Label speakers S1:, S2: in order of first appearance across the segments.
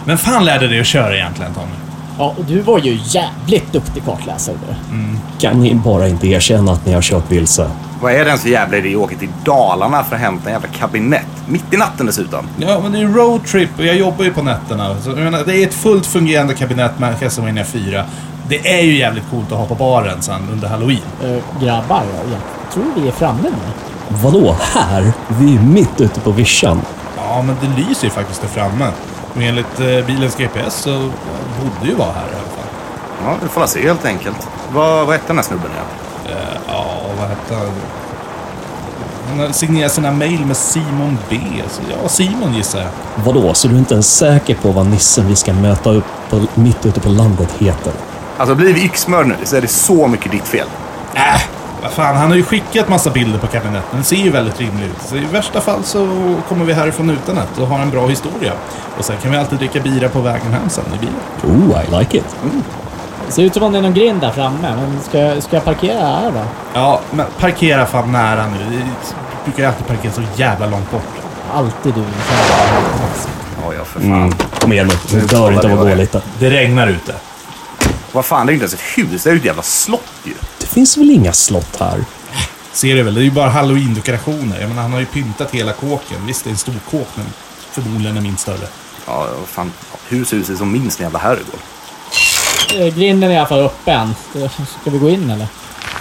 S1: Men fan lärde dig att köra egentligen, Tommy?
S2: Ja, och du var ju jävligt duktig kartläsare.
S3: Kan ni bara inte erkänna att ni har kört vilse?
S4: Vad är det ens för jävla idé att åka till Dalarna för att hämta en jävla kabinett? Mitt i natten dessutom.
S1: Ja, men det är roadtrip och jag jobbar ju på nätterna. Så, jag menar, det är ett fullt fungerande kabinett med Castlevania 4. Det är ju jävligt coolt att ha på baren sen under Halloween.
S2: Grabbar, jag tror vi är framme nu.
S3: Vadå, här? Vi är ju mitt ute på vischan.
S1: Ja, men det lyser ju faktiskt där framme. Och enligt bilens GPS så borde ju vara här i alla fall.
S4: Ja, vi får se helt enkelt. Vad hette den här snubben igen?
S1: Ja, vad hette han? Han har signerat sina mejl med Simon B. Så ja, Simon gissar jag.
S3: Vadå, så du är inte ens säker på vad nissen vi ska möta upp på, mitt ute på landet heter?
S4: Alltså blir vi yxmörd nu så är det så mycket ditt fel.
S1: Vad fan, han har ju skickat massa bilder på kabinetten. Den ser ju väldigt rimlig ut. Så i värsta fall så kommer vi härifrån utan och har en bra historia. Och sen kan vi alltid dricka bira på vägen hem sen i bilen.
S3: Oh, I like it.
S2: Det ser ut som om det är någon grind där framme. Men ska jag parkera här då?
S1: Ja, men parkera fan nära nu. Du brukar ju alltid parkera så jävla långt bort.
S2: Alltid du.
S4: Ja, för fan.
S3: Kom igen nu, du dör inte av att gå lite.
S1: Det regnar ute.
S4: Vad fan, det är inte ens ett hus. Det är ju ett jävla slott ju.
S3: Det finns väl inga slott här?
S1: Ser du väl, det är ju bara Halloween-dekorationer. Jag menar, han har ju pyntat hela kåken. Visst, det är en stor kåk, men förmodligen är min större.
S4: Ja, fan. Huset är som minst en jävla herrgård.
S2: Grinden är i alla fall öppen. Ska vi gå in eller?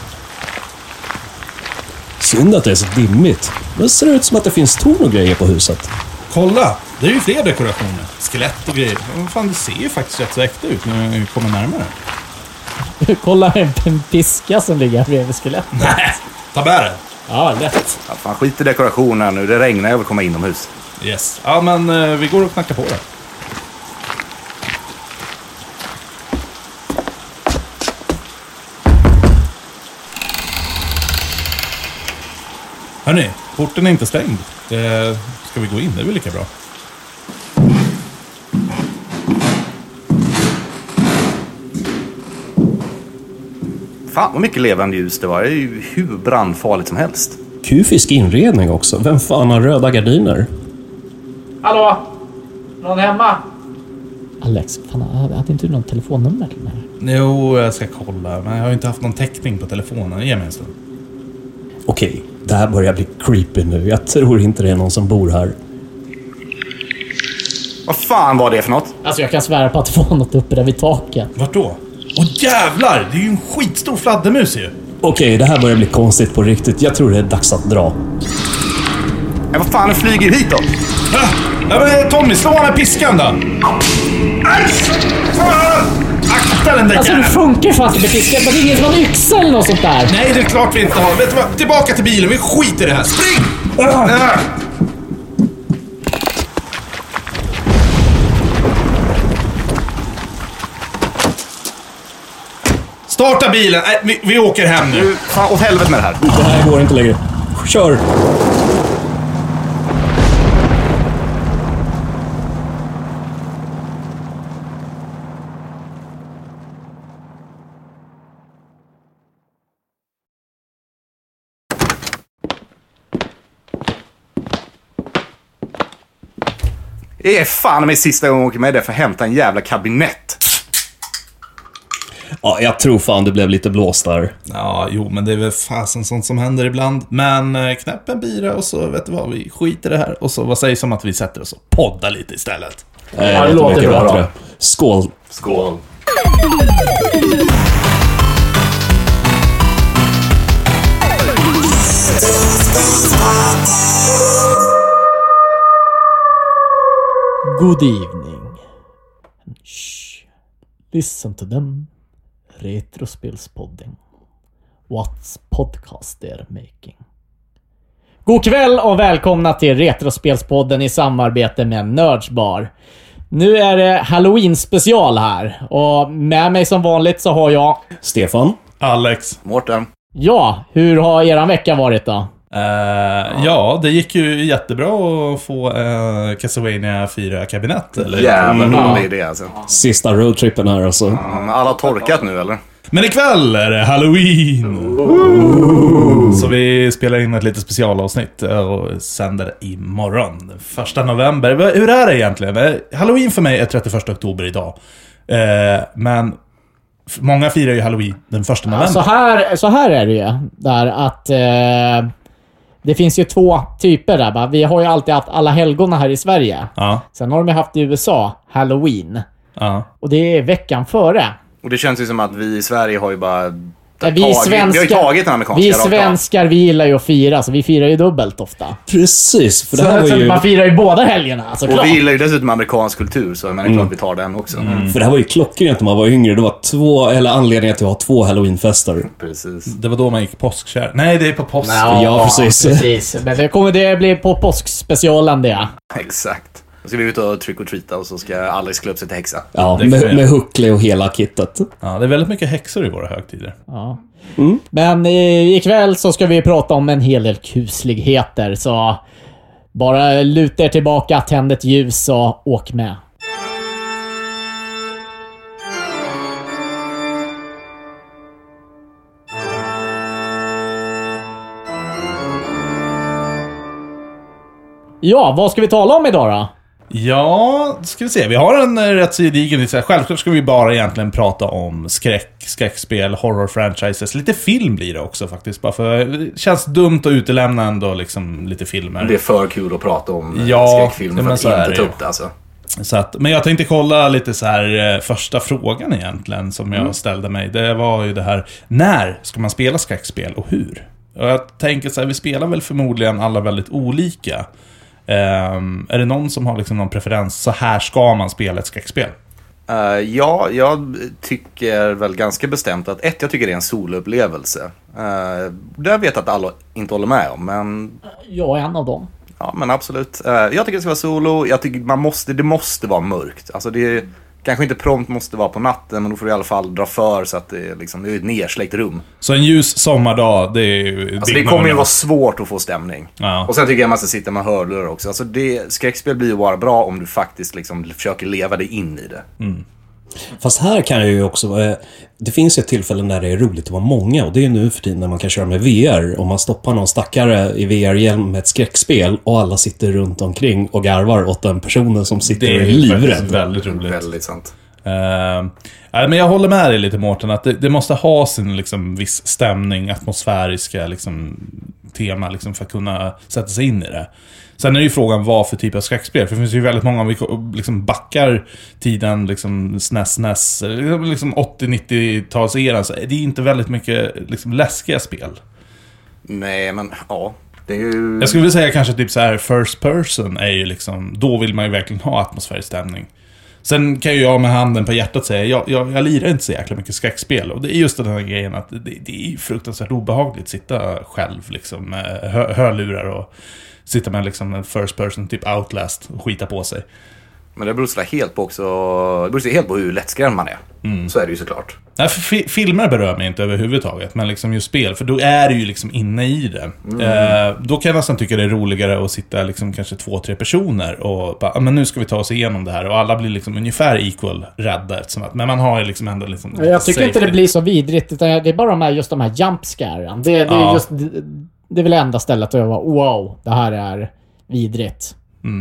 S3: Synd att det är så dimmigt. Det ser ut som att det finns torn och grejer på huset.
S1: Kolla! Det är ju fler dekorationer. Skelett och grejer. Men fan, det ser ju faktiskt rätt så äkta ut när vi kommer närmare.
S2: Kolla en piska som ligger bredvid skelettet.
S1: Nej, ta bären.
S2: Ja, lätt.
S4: Ja, fan, skit i dekorationen nu. Det regnar, jag vill komma inomhus.
S1: Yes. Ja, men vi går och knackar på det. Hörrni, porten är inte stängd. Ska vi gå in? Det är väl lika bra.
S4: Fan vad mycket levande ljus det var. Det är ju hur brandfarligt som helst.
S3: Kufisk inredning också. Vem fan har röda gardiner?
S2: Hallå? Någon hemma? Alex, fan, hade inte du någon telefonnummer till mig?
S1: Jo, jag ska kolla. Men jag har ju inte haft någon täckning på telefonen. Ge mig en stund.
S3: Okej, det här börjar bli creepy nu. Jag tror inte det är någon som bor här.
S4: Vad fan var det för något?
S2: Alltså jag kan svära på att det var något uppe där vid taket.
S1: Vart då? Åh jävlar! Det är ju en skitstor fladdermus ju.
S3: Okej, det här börjar bli konstigt på riktigt. Jag tror det är dags att dra.
S4: Vad fan, den flyger hit då?
S1: Ja, men Tommy, slå med piskan då. Akta den där
S2: Alltså det funkar fast med piskan. Men det är ingen som har en yxa eller något sånt där.
S1: Nej, det är klart vi inte har. Vet du vad? Tillbaka till bilen. Vi skiter i det här. Spring! Starta bilen. Vi åker hem nu.
S4: Fan, åt helvete med det här.
S3: Det här går inte längre. Kör!
S4: Det är fan med sista gången jag åker med det för att hämta en jävla kabinett.
S3: Ja, jag tror fan du blev lite blåst där.
S1: Ja, jo, men det är väl fasen sånt som händer ibland. Men knäpp en bira och så vet du vad, vi skiter det här. Och så vad sägs om att vi sätter oss och poddar lite istället.
S2: Ja, det låter bra då.
S3: Skål.
S4: Skål.
S2: Good evening. Shh. Listen to them. Retrospelspodden. What's podcast they're making. God kväll och välkomna till Retrospelspodden i samarbete med Nördsbar. Nu är det Halloween special här. Och med mig som vanligt så har jag
S3: Stefan.
S1: Alex.
S4: Mårten.
S2: Ja, hur har eran vecka varit då?
S1: Ja, det gick ju jättebra att få Castlevania 4-kabinett.
S4: Jävla dålig idé alltså.
S3: Sista roadtrippen här alltså.
S4: Alla har torkat nu eller?
S1: Men ikväll är det Halloween! Så vi spelar in ett litet specialavsnitt och sänder imorgon, 1 november. Hur är det egentligen? Halloween för mig är 31 oktober idag. Men många firar ju Halloween den 1 november.
S2: Så här är det ju. Där att det finns ju 2 typer där. Vi har ju alltid haft alla helgona här i Sverige.
S1: Ja.
S2: Sen har de haft i USA Halloween.
S1: Ja.
S2: Och det är veckan före.
S4: Och det känns ju som att vi i Sverige har ju bara...
S2: Vi har ju tagit den amerikanska. Vi svenskar, vi gillar ju att fira, så vi firar ju dubbelt ofta.
S3: Precis, för det här var ju...
S2: Man firar ju båda helgerna, alltså,
S4: och vi gillar ju dessutom amerikansk kultur, så men det är klart vi tar den också.
S3: För det här var ju klockrent när man var yngre. Det var 2 anledningar till att ha 2 Halloween-fester.
S4: Precis.
S1: Det var då man gick påskkär. Nej, det är på påsk.
S3: Ja, precis.
S2: Men det blir på påskspecialen det.
S4: Exakt. Då ska vi ut och trick och treata och så ska Alex klä upp sig till häxa.
S3: Ja, med huckle och hela kittet.
S1: Ja, det är väldigt mycket häxor i våra högtider.
S2: Ja. Men ikväll så ska vi prata om en hel del kusligheter, så bara luta er tillbaka, tänd ett ljus och åk med. Ja, vad ska vi tala om idag då?
S1: Ja, ska vi se. Vi har en rätt så gedigen. Självklart ska vi bara egentligen prata om skräckspel, horror-franchises. Lite film blir det också faktiskt. Bara för det känns dumt att utelämna ändå liksom lite filmer.
S4: Det är för kul att prata om skräckfilmer för att inte ta upp det alltså.
S1: Så att, men jag tänkte kolla lite så här första frågan egentligen som jag ställde mig. Det var ju det här, när ska man spela skräckspel och hur? Och jag tänker så här, vi spelar väl förmodligen alla väldigt olika. Är det någon som har liksom någon preferens? Så här ska man spela ett skräckspel?
S4: Ja, jag tycker väl ganska bestämt att jag tycker det är en soloupplevelse. Det jag vet att alla inte håller med om, men...
S2: Jag är en av dem.
S4: Ja, men absolut. Jag tycker det ska vara solo. Jag tycker det måste vara mörkt. Alltså det kanske inte prompt måste vara på natten, men då får du i alla fall dra för så att det är ett nersläckt rum.
S1: Så en ljus sommardag, det är ju...
S4: Alltså det kommer ju vara svårt att få stämning.
S1: Ja.
S4: Och sen tycker jag man ska sitta med hörlurar också. Alltså skräckspel blir ju bara bra om du faktiskt liksom försöker leva dig in i det.
S3: Fast här kan jag ju också... det finns ett tillfälle när det är roligt att vara många, och det är nu för tiden när man kan köra med VR. Om man stoppar någon stackare i VR-hjälm med ett skräckspel och alla sitter runt omkring och garvar åt den personen som sitter livrädd.
S1: Det är väldigt roligt.
S4: Väldigt sant.
S1: Men jag håller med dig lite, Mårten, att det måste ha sin liksom viss stämning, atmosfäriska liksom tema liksom, för att kunna sätta sig in i det. Sen är det ju frågan vad för typ av skräckspel. För det finns ju väldigt många, om vi liksom backar tiden liksom SNES, liksom 80-90-talseran, så det är inte väldigt mycket liksom läskiga spel.
S4: Nej, men ja, det är ju...
S1: Jag skulle vilja säga kanske typ så här first person är ju liksom, då vill man ju verkligen ha atmosfärisk stämning. Sen kan ju jag med handen på hjärtat säga, jag lirar inte så jäkla mycket skräckspel. Och det är just den här grejen att det är fruktansvärt obehagligt att sitta själv liksom, med hörlurar och sitta med liksom en first person typ Outlast och skita på sig. Men
S4: det beror helt på också, det beror helt på hur lättskrämd man är. Så är det ju såklart.
S1: Nej, för filmer berör mig inte överhuvudtaget, men liksom just spel, för då är du ju liksom inne i det. Då kan jag nästan tycka det är roligare att sitta liksom kanske 2-3 personer och bara, men nu ska vi ta oss igenom det här, och alla blir liksom ungefär equal rädda, men man har ju liksom ändå liksom...
S2: Jag tycker inte det blir så vidrigt, utan det är bara just de här jumpscaren. Det är just... Det är väl enda stället att jag var wow, det här är vidrigt.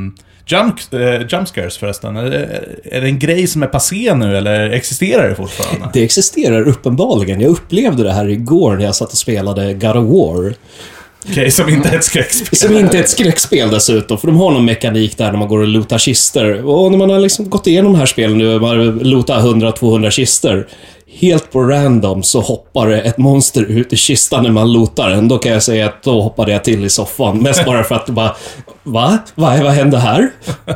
S1: Jumpscares förresten, är det en grej som är passé nu, eller existerar det fortfarande?
S3: Det existerar uppenbarligen. Jag upplevde det här igår när jag satt och spelade God of War.
S1: Okej, som inte är ett skräckspel.
S3: Som inte är ett skräckspel dessutom, för de har någon mekanik där när man går och lootar kister. Och när man har liksom gått igenom de här spelen nu, man lootar 100-200 kister, helt på random så hoppar ett monster ut i kistan när man lootar den. Då kan jag säga att då hoppade jag till i soffan. Mest bara för att bara, vad hände här?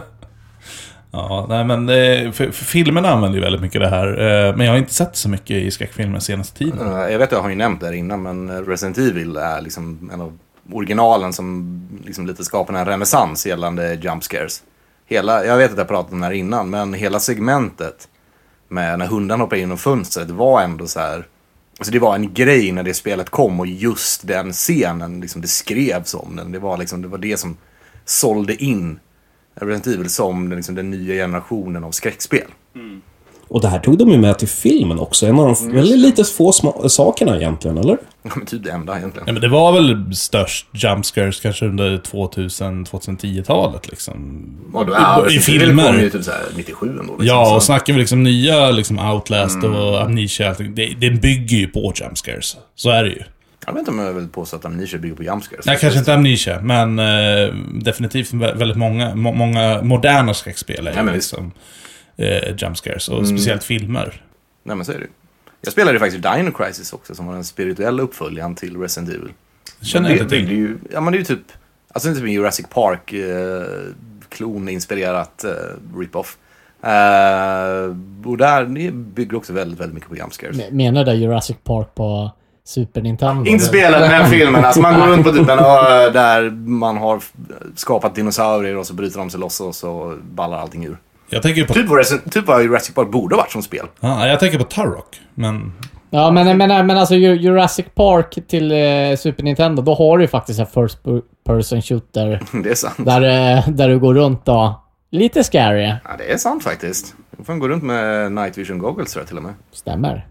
S1: Ja, nej, men för filmerna använder ju väldigt mycket det här. Men jag har inte sett så mycket i skräckfilmer senaste tiden.
S4: Jag vet att jag har ju nämnt det här innan, men Resident Evil är liksom en av originalen som liksom lite skapar en renässans gällande jumpscares. Jag vet att jag pratat om det här innan, men hela segmentet med när hunden hoppar in och fönstret var ändå så här, alltså det var en grej när det spelet kom, och just den scenen liksom, det skrevs om den. Det var det som sålde in Resident Evil som liksom den nya generationen av skräckspel.
S3: Och det här tog de ju med till filmen också. En av de väldigt lite få sakerna egentligen, eller?
S4: Ja, men typ det enda egentligen.
S1: Ja, men det var väl störst jumpscares kanske under 2010-talet liksom. I filmer.
S4: Ju typ så här 97 ändå. Liksom,
S1: ja, och snackar vi liksom nya liksom Outlast och Amnesia. Det bygger ju på jumpscares. Så är det ju.
S4: Jag vet inte om jag vill påstå att Amnesia bygger på jumpscares.
S1: Nej, kanske inte Amnesia, men definitivt väldigt många moderna skräckspel är ju liksom jumpscares. Och speciellt filmer.
S4: Nej, men så är det. Jag spelade ju faktiskt Dino Crisis också, som var den spirituella uppföljaren till Resident Evil.
S1: Känner jag inte till.
S4: Ju, ja, men det är ju typ... Alltså inte typ en Jurassic Park klon-inspirerat rip-off. Och där bygger också väldigt, väldigt mycket på jumpscares.
S2: Menar du Jurassic Park på Super Nintendo?
S4: Inte spelet, men filmen. Alltså man går runt på typ en ö där man har skapat dinosaurier och så bryter de sig loss och så ballar allting ur.
S1: Jag tänker på...
S4: Typ vad Jurassic Park borde ha varit som spel.
S1: Ja, jag tänker på Turok, men...
S2: Ja, men alltså Jurassic Park till Super Nintendo, då har du ju faktiskt en first person shooter.
S4: Det är sant.
S2: Där du går runt då. Lite scary.
S4: Ja, det är sant faktiskt. Du får gå runt med night vision goggles tror jag till och med.
S2: Stämmer.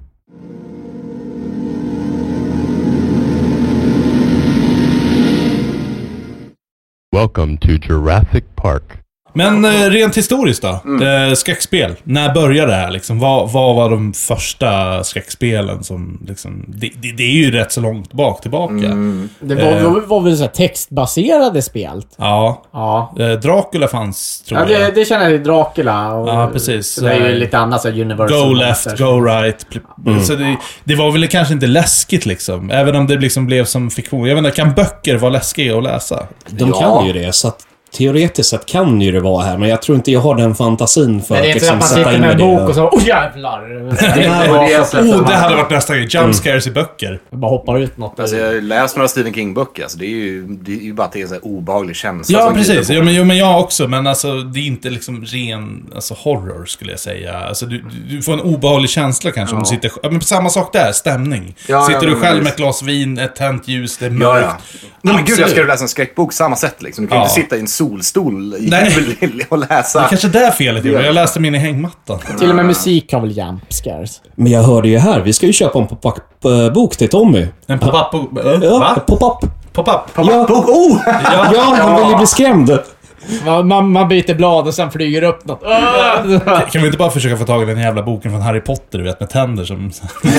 S5: Welcome to Jurassic Park.
S1: Men rent historiskt då? Skräckspel. När började det här liksom? Vad var de första skräckspelen som liksom... Det är ju rätt så långt tillbaka.
S2: Det var väl så här textbaserade spel?
S1: Ja. Dracula fanns, tror jag.
S2: Ja, det känner jag, Dracula. Och
S1: ja, precis.
S2: Det är ju lite annat, så Universal.
S1: Go left, go right. Så det var väl kanske inte läskigt liksom. Även om det liksom blev som fiktion. Jag vet inte, kan böcker vara läskiga att läsa?
S3: De kan ju det, så att teoretiskt sett kan ju det vara här, men jag tror inte jag har den fantasin för
S2: att liksom sätta in med en bok och så, jävlar!
S1: Det hade varit nästa grej. Jumpscares i böcker.
S2: Det bara hoppar ut något.
S4: Alltså, jag har läst några Stephen King-böcker. Alltså, det är ju bara att det är en obehaglig känsla.
S1: Ja, precis. Men jag också. Men alltså, det är inte liksom ren horror, skulle jag säga. Alltså, du får en obehaglig känsla kanske om du sitter... Men på samma sak där, stämning. Sitter du själv med ett glas vin, ett tänt ljus, det är mörkt.
S4: Nej, men gud, jag ska läsa en skräckbok samma sätt liksom. Du kan inte sitta i en solstol och läsa.
S1: Det kanske där felet är. Jag läste min i hängmattan.
S2: Till och med musik har väl jumpscares.
S3: Men jag hörde ju här, vi ska ju köpa en pop-up-bok till Tommy.
S1: En pop-up-bok?
S3: Ja, pop-up.
S1: Pop-up-bok?
S3: Ja, han vill ju bli skrämd.
S2: Man byter blad och sen flyger upp något.
S1: Kan vi inte bara försöka få tag i den jävla boken från Harry Potter, du vet, med tänder som...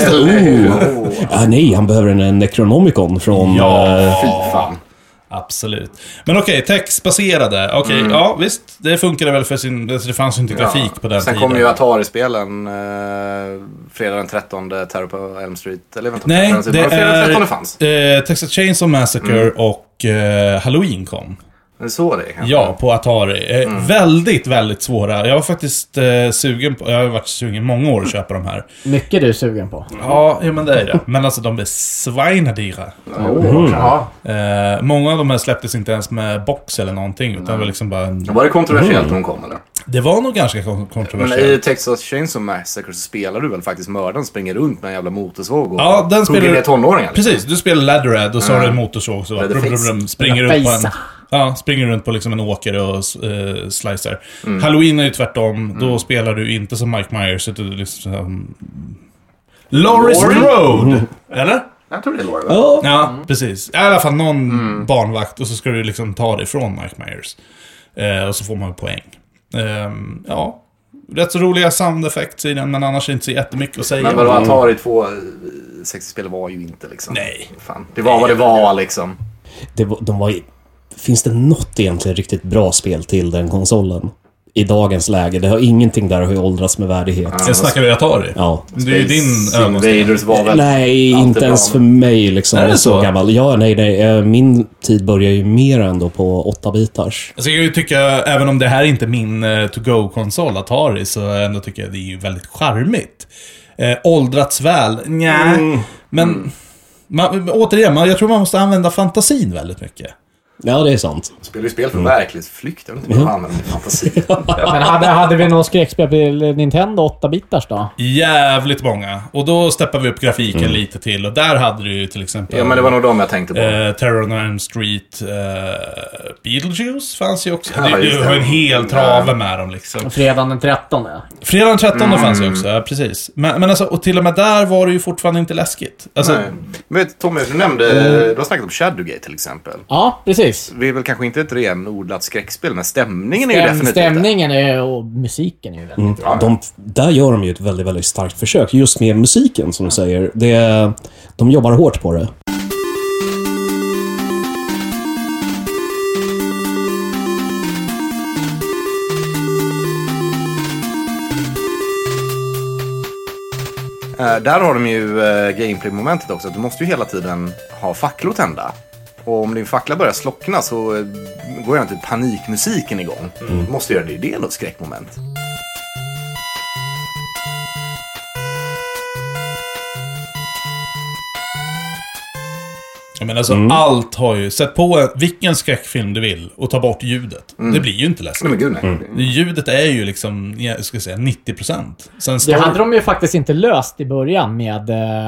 S3: Nej, han behöver en Necronomicon från...
S4: Fy fan.
S1: Absolut. Men okej, textbaserade. Ja visst. Det funkade väl för sin... Det fanns ju inte grafik på den
S4: sen
S1: tiden.
S4: Sen kom ju Atari-spelen fredag den 13, Terror på Elm Street. Eller vänta,
S1: nej, det är...
S4: 13 fanns.
S1: Texas Chainsaw Massacre och Halloween kom.
S4: Så det kanske.
S1: Ja, på Atari. Väldigt, väldigt svåra. Jag var faktiskt sugen på... Jag har varit sugen många år att köpa de här.
S2: Mycket du är sugen på.
S1: Ja, men det är det. Men alltså, de är svinedyra. Många av de här släpptes inte ens med box eller någonting. Utan det var liksom bara...
S4: Var det kontroversiellt när de kom, eller?
S1: Det var nog ganska kontroversiellt.
S4: Men i Texas Chainsaw Massacre så spelar du väl faktiskt mördaren springer runt med en jävla motorsåg och
S1: den spelar
S4: ner tonåringar.
S1: Precis, du spelar Ladderhead och så har du en motorsåg så springer upp på en... Ja, springer runt på liksom en åker och slicer. Halloween är ju tvärtom. Då spelar du inte som Mike Myers utan du liksom... Laurie Strode! Eller?
S4: Jag tror det är Laurie.
S1: Ja, precis. I alla fall någon barnvakt och så ska du liksom ta det ifrån Mike Myers. Och så får man poäng. Ja, rätt så roliga sound effects i den, men annars är det inte så jättemycket att säga.
S4: Men vadå, Atari 2 60-spel var ju inte liksom.
S1: Nej.
S4: Fan. Det var vad det var liksom.
S3: De var finns det något egentligen riktigt bra spel till den konsolen i dagens läge? Det har ingenting där att åldras med värdighet.
S1: Sen snackar vi Atari.
S3: Ja.
S1: Det är ju din
S4: Invaders var väl...
S3: Nej, inte ens för mig liksom.
S1: Är det så
S3: gammal. Ja, nej. Min tid börjar ju mer ändå på 8-bitars.
S1: Alltså jag tycker, även om det här är inte min to-go-konsol Atari, så ändå tycker jag det är ju väldigt charmigt. Åldrats väl? Nja. Men återigen, jag tror man måste använda fantasin väldigt mycket.
S3: Ja, det är sant.
S4: Spelar ju spel för verklighetsflykt. Jag vet inte vad han använder fantasi.
S2: Men hade vi någon skräckspel på Nintendo 8-bitars då?
S1: Jävligt många. Och då steppade vi upp grafiken lite till. Och där hade du ju till exempel...
S4: Ja, men det var nog de jag tänkte på.
S1: Terror on Elm Street. Beetlejuice fanns ju också.
S4: Ja,
S1: det var en hel trave med dem liksom.
S2: Fredagen den 13.
S1: Fredagen den 13 fanns ju också, ja, precis. Men alltså, och till och med där var det ju fortfarande inte läskigt. Alltså,
S4: men Tommy, du nämnde... Du har snackat om Shadowgate till exempel.
S2: Ja, precis.
S4: Det är väl kanske inte ett renodlat skräckspel, men stämningen är ju definitivt
S2: stämningen är, och musiken är ju väldigt bra.
S3: Där gör de ju ett väldigt, väldigt starkt försök. Just med musiken, som du säger. De jobbar hårt på det.
S4: Där har de ju gameplay-momentet också. Du måste ju hela tiden ha facklor tända. Och om din fackla börjar slockna så går ju inte panikmusiken igång. Du måste göra det. Det är något skräckmoment.
S1: Men alltså, allt har ju... Sätt på vilken skräckfilm du vill och ta bort ljudet. Det blir ju inte läskigt.
S4: Men gud, nej.
S1: Ljudet är ju liksom, jag ska säga, 90%. Sen
S2: Det hade de ju faktiskt inte löst i början med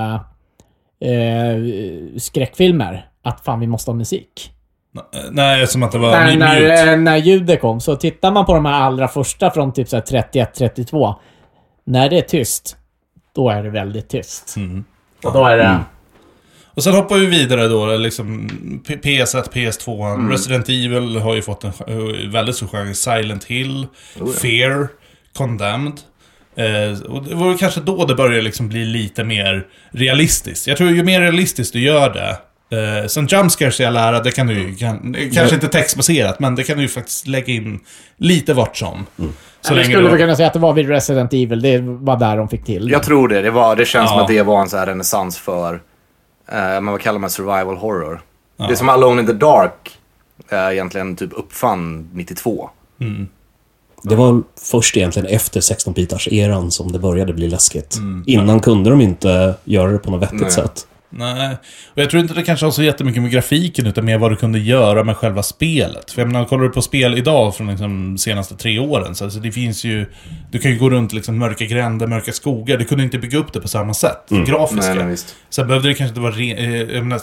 S2: skräckfilmer. Att fan, vi måste ha musik.
S1: Nej, som att det var
S2: när ljudet kom. Så tittar man på de här allra första från typ 31-32. När det är tyst, då är det väldigt tyst. Och då är det...
S1: Och sen hoppar vi vidare då, liksom PS1, PS2, Resident Evil har ju fått en väldigt stor genre, Silent Hill, Fear, Condemned. Och det var kanske då det började liksom bli lite mer realistiskt. Jag tror ju mer realistiskt du gör det. Sen jumpscares jag lära, det kan du ju kanske inte textbaserat, men det kan du ju faktiskt lägga in lite vart som. Så
S2: länge skulle vi kunna säga att det var vid Resident Evil, det var där de fick till.
S4: Jag tror det känns som att det var en så här renässans för men vad kallar man survival horror. Det är som Alone in the Dark egentligen typ uppfann 92.
S3: Det var först egentligen efter 16-bitars eran som det började bli läskigt. Innan kunde de inte göra det på något vettigt sätt.
S1: Nej, och jag tror inte det kanske har så jättemycket med grafiken utan mer vad du kunde göra med själva spelet. För jag menar, kollar du på spel idag från liksom senaste 3 åren så alltså det finns ju, du kan ju gå runt liksom mörka gränder, mörka skogar. Du kunde inte bygga upp det på samma sätt, grafiska.
S4: Nej, visst.
S1: Så behövde det kanske inte vara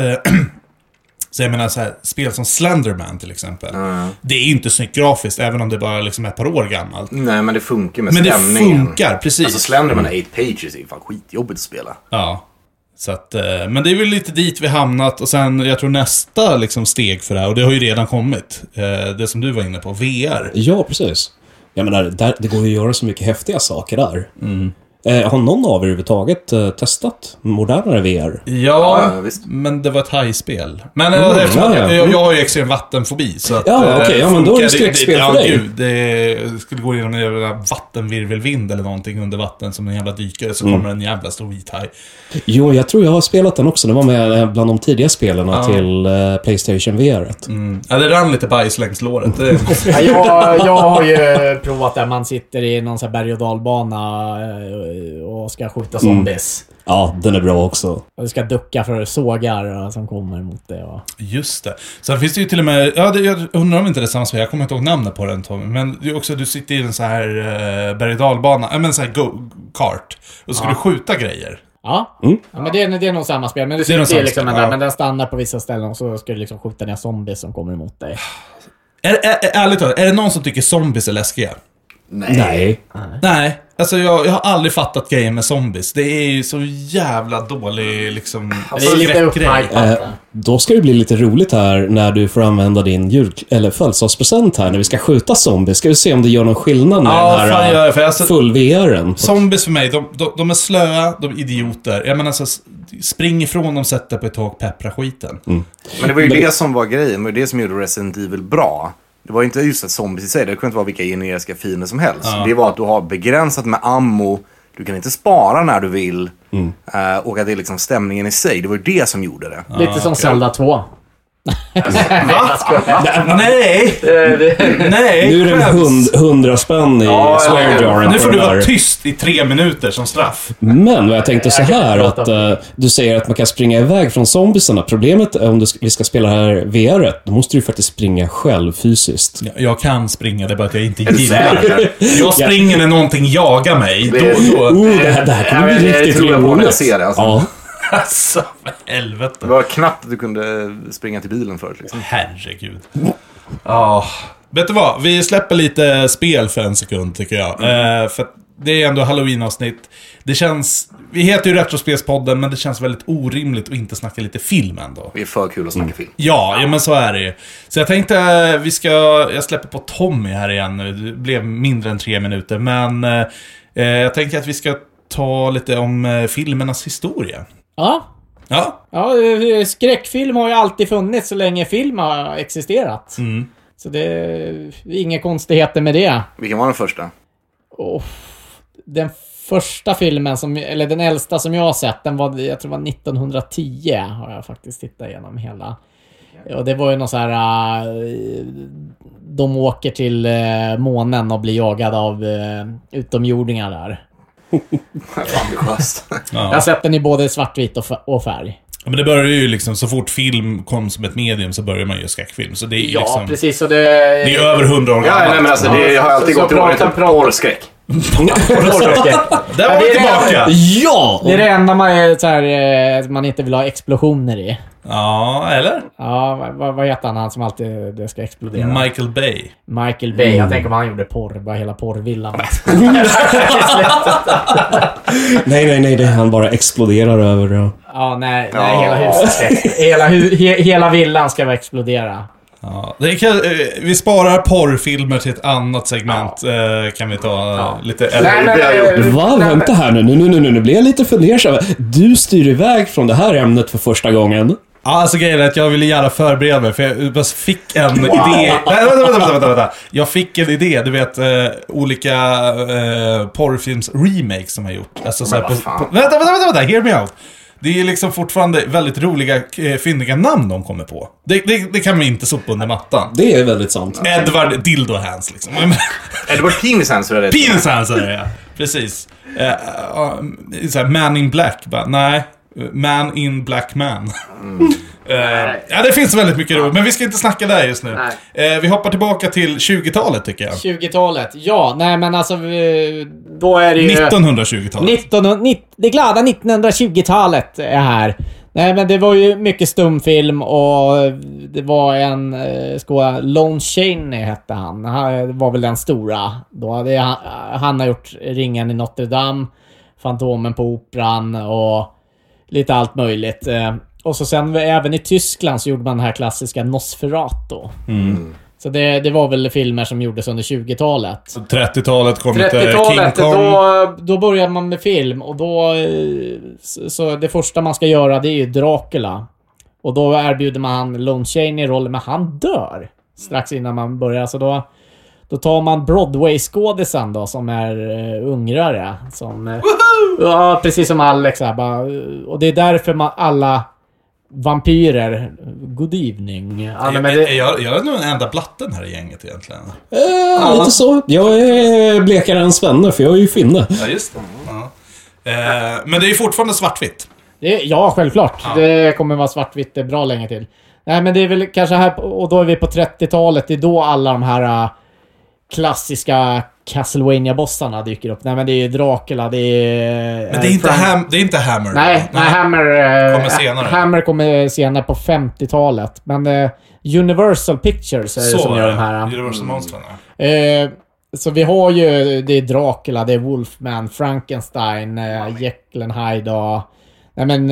S1: så jag menar så här, spel som Slenderman till exempel. Det är inte snyggt grafiskt även om det bara liksom är ett par år gammalt.
S4: Nej, men det funkar med
S1: men
S4: stämningen.
S1: Men det funkar, precis.
S4: Alltså Slenderman 8 Pages är ju fan skitjobbigt att spela.
S1: Ja. Så att, men det är väl lite dit vi hamnat. Och sen, jag tror nästa liksom steg för det här, och det har ju redan kommit, det som du var inne på, VR.
S3: Ja, precis. Jag menar, det går ju att göra så mycket häftiga saker där. Har någon av er överhuvudtaget testat modernare VR?
S1: Ja, men det var ett hajspel. Men jag har ju extrem vattenfobi. Så att,
S3: men då är det skräckspel för dig.
S1: Gud, det skulle gå igenom en jävla vattenvirvelvind eller någonting under vatten som en jävla dykare, så kommer en jävla stor vit haj.
S3: Jo, jag tror jag har spelat den också. Det var med bland de tidiga spelarna till PlayStation VR.
S1: Ja, det rann lite bajs längs låret.
S2: Jag har ju provat där man sitter i någon sån här berg- och dalbana och ska skjuta zombies.
S3: Ja, den är bra också.
S2: Och du ska ducka för sågar som kommer mot det. Och...
S1: Just det. Sen finns det ju till och med... Ja, jag undrar om inte det är samma spel. Jag kommer inte ihåg namnet på den, Tommy. Men det är också, du sitter i en så här berg- och dalbana. Men så här kart. Och så ska du skjuta grejer.
S2: Ja, men det är nog samma spel. Men du sitter liksom där, men den stannar på vissa ställen och så ska du liksom skjuta ner zombies som kommer emot dig.
S1: Ärligt talat, är det någon som tycker zombies är läskiga?
S3: Nej.
S1: Alltså jag har aldrig fattat grejen med zombies. Det är ju så jävla dålig liksom
S2: skräckgrej.
S3: Då ska det bli lite roligt här när du får använda din födelsedagspresent här när vi ska skjuta zombies. Ska vi se om det gör någon skillnad med den här full VR:en.
S1: Zombies för mig, de är slöa, de är idioter. Jag menar så spring ifrån dem, sätta på ett tag, peppra skiten.
S4: Men det var ju det som var grejen. Det var det som gjorde Resident Evil bra. Det var inte just att zombies i sig, det kunde inte vara vilka generiska fiender som helst. Det var att du har begränsat med ammo, du kan inte spara när du vill, och att det är liksom stämningen i sig. Det var ju det som gjorde det.
S2: Lite som Zelda 2.
S1: Nej! Nej!
S3: Nu är det 100 spänn i swear-jaren.
S1: Nu får du vara tyst i 3 minuter som straff.
S3: Men vad jag tänkte så här att du säger att man kan springa iväg från zombiesarna. Problemet är om vi ska spela här VR, då måste du faktiskt springa själv fysiskt.
S1: Jag kan springa, det är bara att jag inte gillar det. Jag springer när någonting jagar mig. Det
S3: här kan bli riktigt
S4: tror jag på när jag
S3: roligt.
S4: ser det. Alltså.
S3: Ja.
S1: Alltså, för helvete.
S4: Det var knappt att du kunde springa till bilen förut. Liksom.
S1: Herregud. Vet du vad? Vi släpper lite spel för en sekund, tycker jag. För det är ändå Halloween-avsnitt. Det känns... Vi heter ju Retrospelspodden, men det känns väldigt orimligt att inte snacka lite film ändå.
S4: Det är för kul att snacka film.
S1: Ja, men så är det ju. Så jag tänkte, jag släpper på Tommy här igen nu. Det blev mindre än 3 minuter. Men jag tänker att vi ska ta lite om filmernas historia.
S2: Ja.
S1: Ja.
S2: Ja, skräckfilm har ju alltid funnits så länge film har existerat. Så det är inga konstigheter med det.
S4: Vilken var den första?
S2: Den första filmen, eller den äldsta som jag har sett, den var, jag tror det var 1910 har jag faktiskt tittat igenom hela. Och det var ju någon så här... de åker till månen och blir jagade av utomjordingar där.
S4: Ambitiöst.
S2: Jag har sett den i både svartvit och färg.
S1: Ja, men det börjar ju liksom, så fort film kom som ett medium så börjar man ju skräckfilm. Så det är
S2: ja,
S1: liksom,
S2: precis. Så det
S1: är över 100 år gammalt.
S4: Ja, nej, men alltså det har alltid gått ihåg till porrskräck.
S1: Där var vi tillbaka.
S3: Ja!
S2: Det är det enda man inte vill ha explosioner i.
S1: Ja, eller?
S2: Ja, vad heter han som alltid det ska explodera?
S1: Michael Bay.
S2: Michael Bay. Jag tänker om han gjorde porr, bara hela porrvillan.
S3: Nej, det han bara exploderar över.
S2: Ja, nej, hela huset. Hela villan ska vara explodera.
S1: Ja, vi sparar porrfilmer till ett annat segment. Kan vi ta lite...
S3: Vänta här nu blir jag lite fundersam. Du styr iväg från det här ämnet för första gången.
S1: Ja, alltså grejen är att jag ville gärna förbereda mig, för jag bara fick en idé. Vänta. Jag fick en idé, du vet, olika porrfilms remakes som jag gjort. Alltså så här vänta, hear me out. Det är liksom fortfarande väldigt roliga, fyndiga namn de kommer på. Det kan vi inte sopa under mattan.
S3: Det är väldigt sant.
S1: Edward Dildo Hands liksom.
S4: Edward Penis Hands är det.
S1: Penis Hands är det, ja. Precis. Så här, Man in Black, bara, nej. Man in Black Man. Ja, det finns väldigt mycket roligt, men vi ska inte snacka där just nu. Vi hoppar tillbaka till 20-talet, tycker jag.
S2: 20-talet, ja. Nej, men alltså, då är det ju...
S1: 1920-talet.
S2: Det glada 1920-talet är här. Nej, men det var ju mycket stumfilm och det var en Lon Chaney hette han. Han var väl den stora. Då hade han har gjort Ringen i Notre Dame, Fantomen på Operan och lite allt möjligt. Och så sen även i Tyskland så gjorde man den här klassiska Nosferatu. Så det var väl filmer som gjordes under 20-talet.
S1: Så 30-talet kom lite King Kong.
S2: Då började man med film. Och då... Så det första man ska göra, det är ju Dracula. Och då erbjuder man Lon Chaney rollen, men han dör strax innan man börjar. Så då tar man Broadway-skådisen då, som är ungrare. Som, ja, precis som Alex här, bara, och det är därför alla vampyrer... Good evening. Ja, men
S1: jag är nog den enda blatten här i gänget egentligen.
S3: Lite så. Jag är blekare än Svenne, för jag är ju finne.
S1: Ja, just det. Ja. Men det är ju fortfarande svartvitt.
S2: Ja, självklart. Ja. Det kommer vara svartvitt bra länge till. Nej, men det är väl kanske här... Och då är vi på 30-talet. Det är då alla de här... klassiska Castlevania-bossarna dyker upp. Nej, men det är Dracula, det är...
S1: Men det är inte Hammer.
S2: Nej, Hammer
S1: kommer senare.
S2: Hammer kommer senare på 50-talet. Men Universal Pictures är det som gör de här.
S1: Universal-monstrarna.
S2: Så vi har ju... Det är Dracula, det är Wolfman, Frankenstein, Jekyll and Hyde och... Nej, men...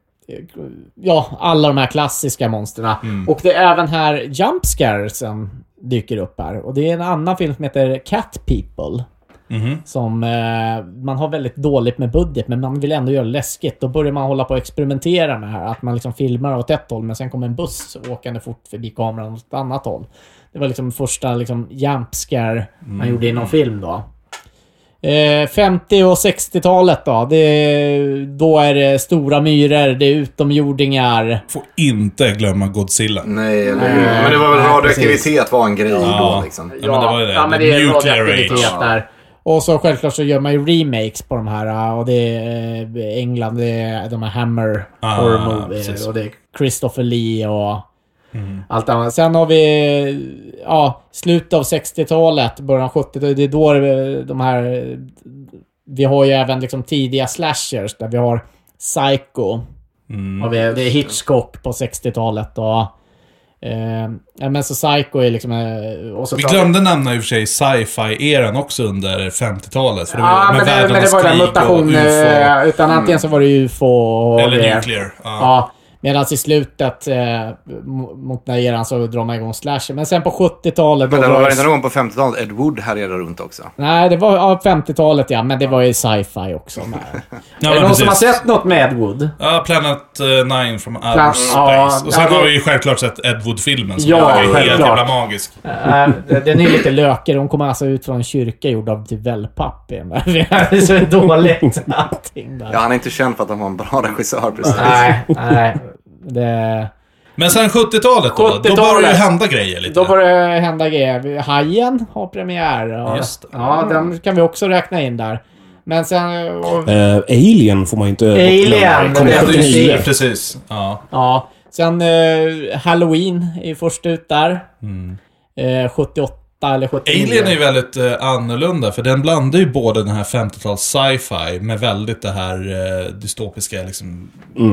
S2: ja, alla de här klassiska monsterna. Och det är även här jumpscaresen dyker upp här. Och det är en annan film som heter Cat People. Som man har väldigt dåligt med budget, men man vill ändå göra läskigt. Då börjar man hålla på att experimentera med det här. Att man liksom filmar åt ett håll, men sen kommer en buss åkande fort förbi kameran åt ett annat håll. Det var liksom första liksom jumpscare man gjorde i någon film då. 50- och 60-talet då. Då är det stora myror, det är utomjordingar.
S1: Får inte glömma Godzilla.
S4: Nej, eller hur? Men det var väl radioaktivitet var en grej då liksom.
S1: Ja, men det var ju det.
S2: Ja, men det är
S1: Nuclear
S2: radioaktivitet
S1: age.
S2: där. Och så självklart så gör man ju remakes på de här. Och det är England, det är de här Hammer Horror Movie.
S1: precis.
S2: Och det är Christopher Lee och allt annat. Sen har vi slutet av 60-talet, början av 70-talet. Det är då de här... Vi har ju även liksom tidiga slashers där vi har Psycho. Och det är Hitchcock på 60-talet och... men så Psycho är liksom... Och så
S1: Vi glömde nämna i och för sig sci-fi-eran också under 50-talet. För det
S2: Ja, men det var den mutation. Utan antingen så var det UFO och
S1: eller
S2: det.
S1: nuclear.
S2: Ja. Medan i slutet mot den här eran så drar man igång slasher. Men sen på 70-talet...
S4: Men det var inte någon på 50-talet. Ed Wood härjade runt också.
S2: Nej, det var 50-talet, ja. Men det var ju sci-fi också.
S1: Ja,
S2: är det någon
S1: precis.
S2: som har sett något med Ed Wood?
S1: Ja, Planet 9 from Outer Space. Och sen har vi ju självklart sett Ed Wood-filmen som är helt jävla magisk.
S2: Den är lite lökig. De kommer alltså ut från en kyrka gjord av wellpapp. Det är så dåligt allting där.
S4: Ja, han är inte känd för att han var en bra regissör precis.
S2: Nej.
S1: Men sen 70-talet då började det hända grejer lite.
S2: Då började det hända grejer. Hajen har premiär. Och,
S1: Just det.
S2: Ja, den kan vi också räkna in där. Men sen...
S3: Alien får man inte...
S2: Alien,
S3: Kom
S2: det är
S3: 79.
S1: Precis. Ja.
S2: Ja. Sen Halloween är först ut där. 78 eller 79.
S1: Alien är ju väldigt annorlunda, för den blandar ju både den här 50-tals sci-fi med väldigt det här dystopiska liksom...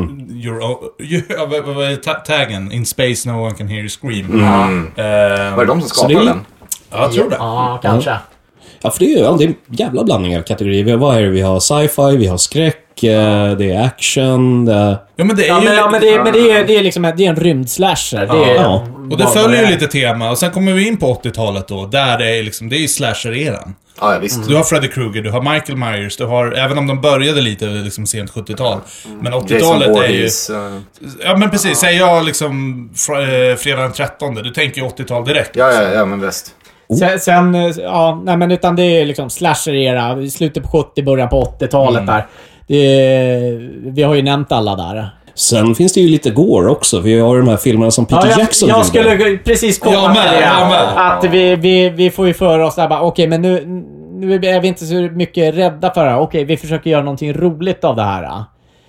S1: Vad är taggen? In space no one can hear you scream.
S4: Var det de som skapade den?
S1: Ja, jag tror det.
S2: Ja, kanske.
S3: Ja, för det är en jävla blandning av kategorier. Vad är det? Vi har sci-fi, vi har skräck, det är action,
S1: Ja, men det är ju...
S2: Men det är liksom det är en rymdslasher.
S1: Och det följer ju lite tema. Och sen kommer vi in på 80-talet då. Där det är liksom, det är ju slasher-eran.
S4: Ja, visst.
S1: Du har Freddy Krueger, du har Michael Myers, du har, även om de började lite liksom sent 70-tal. Men 80-talet är ju... Ja, men precis. Säger jag liksom fredag den 13. Du tänker ju 80-tal direkt.
S4: Ja, men bäst.
S2: Sen utan det är liksom slasher-era. I slutet på 70, början på 80-talet där. Vi har ju nämnt alla där.
S3: Sen finns det ju lite gore också. Vi har ju de här filmerna som Peter Jackson
S2: jag
S3: gjorde.
S2: skulle precis komma till det. Att vi får ju för oss där bara, okej, men nu är vi inte så mycket rädda för det här. Okej, vi försöker göra någonting roligt av det här.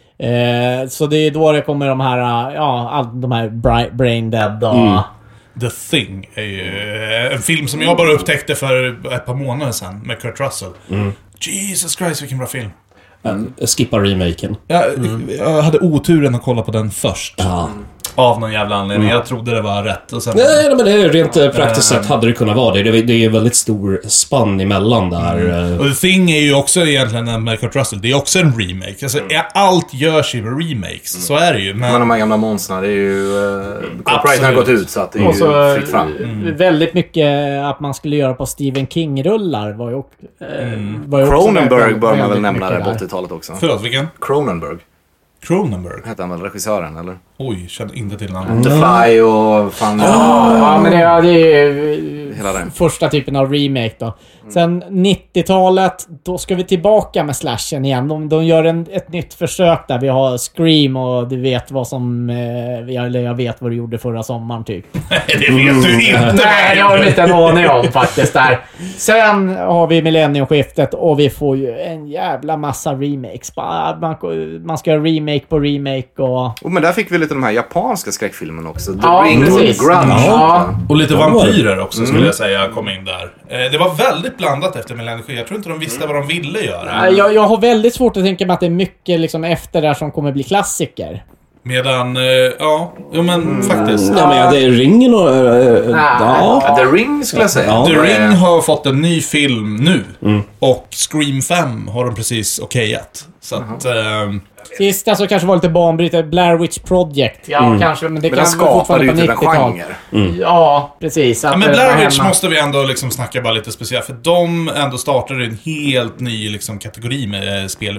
S2: Så det är då det kommer de här, de här Brain Dead och...
S1: The Thing är ju en film som jag bara upptäckte för ett par månader sedan med Kurt Russell. Jesus Christ, vilken bra film.
S3: Skippa remaken.
S1: Jag hade oturen att kolla på den först.
S3: Ja.
S1: Av någon jävla anledning. Jag trodde det var rätt. Och sen...
S3: Nej, men det är rent praktiskt sett hade det kunnat vara det. Det är väldigt stor spann emellan där.
S1: Och The Thing är ju också egentligen med Kurt Russell. Det är också en remake. Alltså, allt görs ju med remakes. Så är det ju.
S4: Men de här gamla monsterna, det är ju... Copyrighten har gått ut så att det är
S2: och så,
S4: ju fritt fram.
S2: Väldigt mycket att man skulle göra på Stephen King-rullar var ju också...
S4: Cronenberg bör man väl nämna där på 80-talet också.
S1: Förlåt, vilken?
S4: Cronenberg.
S1: Cronenberg?
S4: Hette han väl regissören, eller?
S1: Oj, känner inte till namnet.
S4: The Fly och fan...
S2: Ja, men det är
S4: hela den.
S2: första typen av remake då. Sen 90-talet, då ska vi tillbaka med slashen igen. De gör ett nytt försök där. Vi har Scream och du vet vad som... jag vet vad du gjorde förra sommaren typ.
S1: Det vet du inte!
S2: Nej, det har vi inte en aning om faktiskt där. Sen har vi millenniumskiftet och vi får ju en jävla massa remakes. Man ska göra remake på remake och...
S4: Men där fick vi lite de här japanska skräckfilmerna också. The
S2: Ja,
S4: Ring och
S2: precis.
S4: Grunge.
S2: Ja.
S1: Och lite vampyrer också skulle jag säga kom in där. Det var väldigt blandat efter millennieskiftet. Jag tror inte de visste vad de ville göra.
S2: Jag har väldigt svårt att tänka mig att det är mycket liksom efter där som kommer bli klassiker.
S1: Medan, faktiskt.
S3: Ja, men det är Ringen och...
S4: The Ring skulle jag säga.
S3: Ja.
S1: The Ring har fått en ny film nu. Och Scream 5 har de precis okejat. Så att...
S2: Sista så kanske var lite banbrytare. Blair Witch Project. Ja, kanske. Men det
S4: Men
S2: kan
S4: den skapade ju typ en
S2: 90-tal.
S4: genre.
S2: Ja, precis.
S1: Ja, men Blair Witch måste vi ändå liksom snacka bara lite speciellt. För de ändå startade en helt ny liksom kategori med spel.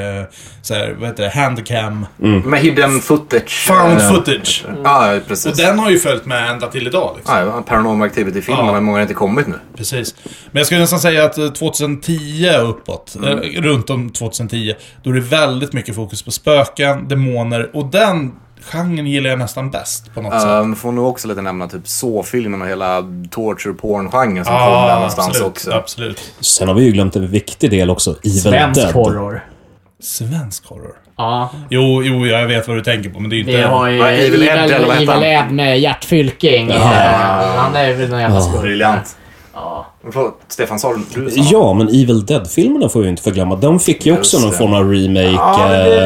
S1: Så här, vad heter det? Handcam.
S4: Med hidden footage.
S1: Found footage.
S4: Ja, precis.
S1: Och den har ju följt med ända till idag. Liksom.
S4: Ja, Paranormal Activity-filmen, men många har inte kommit nu.
S1: Precis. Men jag skulle nästan säga att 2010 uppåt, runt om 2010, då är det väldigt mycket fokus på spöken, demoner, och den genren gillar jag nästan bäst på något sätt.
S4: Får nog också lite nämna typ så-filmen och hela torture porn-genren som kom där någonstans
S1: absolut,
S4: också.
S1: Absolut.
S3: Sen har vi ju glömt en viktig del också. Evil
S2: Svensk
S3: Dead.
S2: horror.
S1: Svensk horror?
S2: Ja.
S1: Jo, jag vet vad du tänker på, men det är ju inte...
S2: Vi har ju
S4: Evil Ed, eller vad heter han?
S2: Evil Ed med Gert Fylking. Han är väl någon jävla skurk.
S4: Briljant.
S2: Ja.
S4: Förlåt, Stefan, sa du?
S3: Ja, men Evil Dead-filmerna får vi ju inte förglömma. De fick ju också någon form av remake,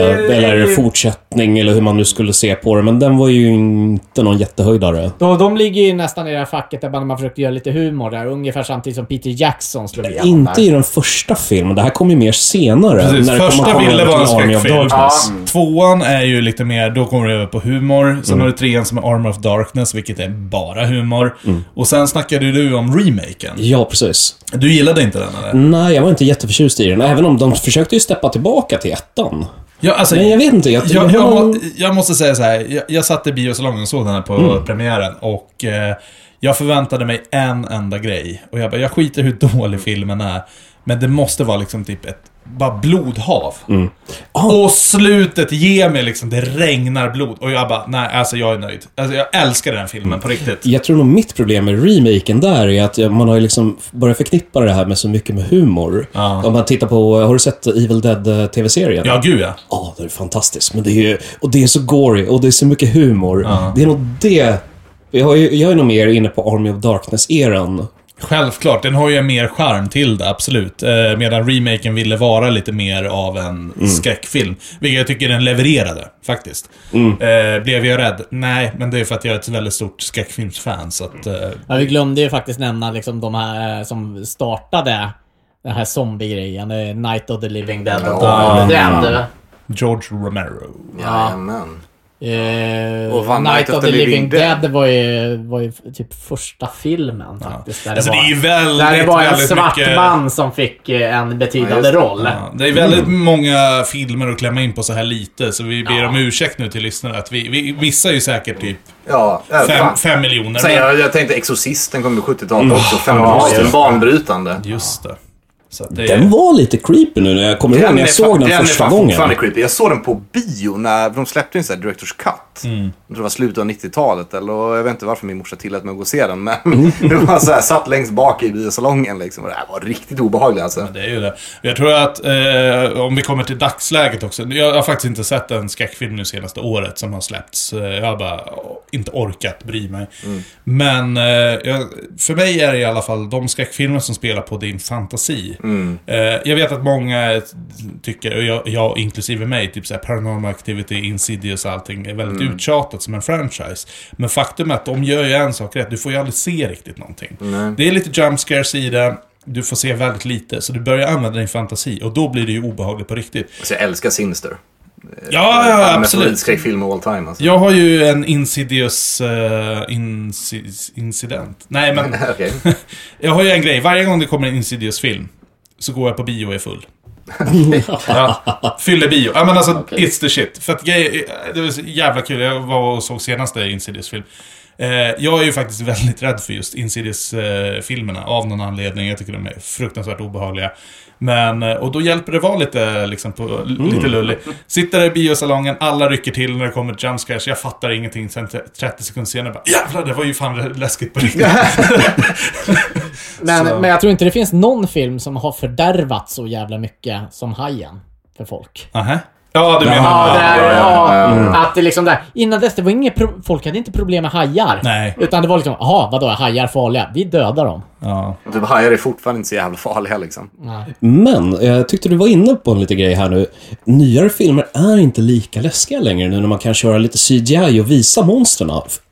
S3: eller fortsättning, eller hur man nu skulle se på det. Men den var ju inte någon jättehöjdare.
S2: De ligger ju nästan i det här facket där man försökte göra lite humor där. Ungefär samtidigt som Peter Jackson slog igenom.
S3: Inte i den första filmen. Det här kom ju mer senare.
S1: Precis,
S3: när det
S1: första
S3: kommer
S1: ville vara en
S3: Army of
S1: skräckfilm.
S3: Darkness.
S1: Tvåan är ju lite mer, då kommer det över på humor. Sen har du trean som är Army of Darkness, vilket är bara humor. Och sen snackade du om remaken.
S3: Ja, precis.
S1: Du gillade inte den, eller?
S3: Nej, jag var inte jätteförtjust i den. Även om de försökte ju steppa tillbaka till ettan.
S1: Ja, alltså,
S3: Men jag vet inte.
S1: Jag måste säga så här. Jag satt i biosalongen och såg den här på premiären. Och jag förväntade mig en enda grej. Och jag skiter hur dålig filmen är. Men det måste vara liksom typ ett bara blodhav. Och slutet ger mig liksom, det regnar blod. Och jag bara, nej, alltså jag är nöjd. Alltså jag älskar den filmen på riktigt.
S3: Jag tror nog mitt problem med remaken där är att man har ju liksom börjat förknippa det här med så mycket med humor. Om man tittar på, har du sett Evil Dead TV-serien?
S1: Ja, gud ja.
S3: Ja, det är fantastiskt. Men det är ju, och det är så gory och det är så mycket humor. Det är nog det. Jag är nog mer inne på Army of Darkness-eran.
S1: Självklart, den har ju en mer charm till det, absolut. Medan remaken ville vara lite mer av en skräckfilm. Vilket jag tycker den levererade, faktiskt. Blev jag rädd? Nej, men det är för att jag är ett väldigt stort skräckfilmsfan. Så att,
S2: Ja, vi glömde ju faktiskt nämna liksom de här som startade den här zombie-grejen. Night of the Living Dead och Dead.
S1: George Romero.
S4: Jajamän.
S2: Och Night of the Living Dead var ju typ första filmen faktiskt. Där
S1: Alltså,
S2: det
S1: det är ju
S2: där det var en
S1: väldigt
S2: svart
S1: mycket...
S2: man som fick en betydande roll.
S1: Ja, det är väldigt många filmer att klämma in på så här lite. Så vi ber om ursäkt nu till lyssnare att vi missar ju säkert typ 5 miljoner.
S4: Sen jag tänkte Exorcisten kom på 70-talet också. 5 miljoner. Banbrytande.
S1: Just det. Så att
S3: Den var lite creepy nu när jag kommer ihåg när jag såg den första gången.
S4: Creepy. Jag såg den på bio när de släppte en sån här Director's Cut. Jag tror det var slutet av 90-talet. Eller jag vet inte varför min morsa tillät mig att gå och se den. Men det var så här, satt längst bak i biosalongen liksom. Och det här var riktigt obehagligt alltså.
S1: Det är ju det. Jag tror att om vi kommer till dagsläget också. Jag har faktiskt inte sett en skräckfilm nu senaste året som har släppts. Jag har bara inte orkat bry mig. Men för mig är det i alla fall de skräckfilmer som spelar på din fantasi. Jag vet att många tycker, och jag inklusive mig, typ så här Paranormal Activity, Insidious och allting är väldigt uttjatat som en franchise. Men faktum är att de gör ju en sak rätt. Du får ju aldrig se riktigt någonting. Det är lite jump scares i det. Du får se väldigt lite. Så du börjar använda din fantasi. Och då blir det ju obehagligt på riktigt.
S4: Så jag älskar Sinister.
S1: Ja, absolut.
S4: Skräckfilm all time alltså.
S1: Jag har ju en Insidious incident. Nej, men
S4: Okay.
S1: jag har ju en grej. Varje gång det kommer en Insidious-film så går jag på bio och är full. Fyller bio. Ja, men alltså, it's the shit. För att det var så jävla kul. Jag var och såg senaste Insidious-film. Jag är ju faktiskt väldigt rädd för just Insidious-filmerna av någon anledning. Jag tycker de är fruktansvärt obehagliga. Men, och då hjälper det vara lite, liksom, lite lullig. Sitter där i biosalongen, alla rycker till när det kommer jumpscares. Jag fattar ingenting. Sen 30 sekunder senare bara, jävlar, det var ju fan läskigt på riktigt.
S2: Men jag tror inte det finns någon film som har fördärvat så jävla mycket som Hajen för folk.
S1: Aha. Ja, du menar
S2: att det liksom där innan dess det var inget folk hade inte problem med hajar.
S1: Nej.
S2: Utan det var liksom, vadå, hajar farliga? Vi dödar dem.
S1: Ja.
S4: Typ hajar är fortfarande inte så jävla farliga liksom.
S3: Men jag tyckte du var inne på en liten grej här nu. Nyare filmer är inte lika läskiga längre nu när man kan köra lite CGI och visa monsterna.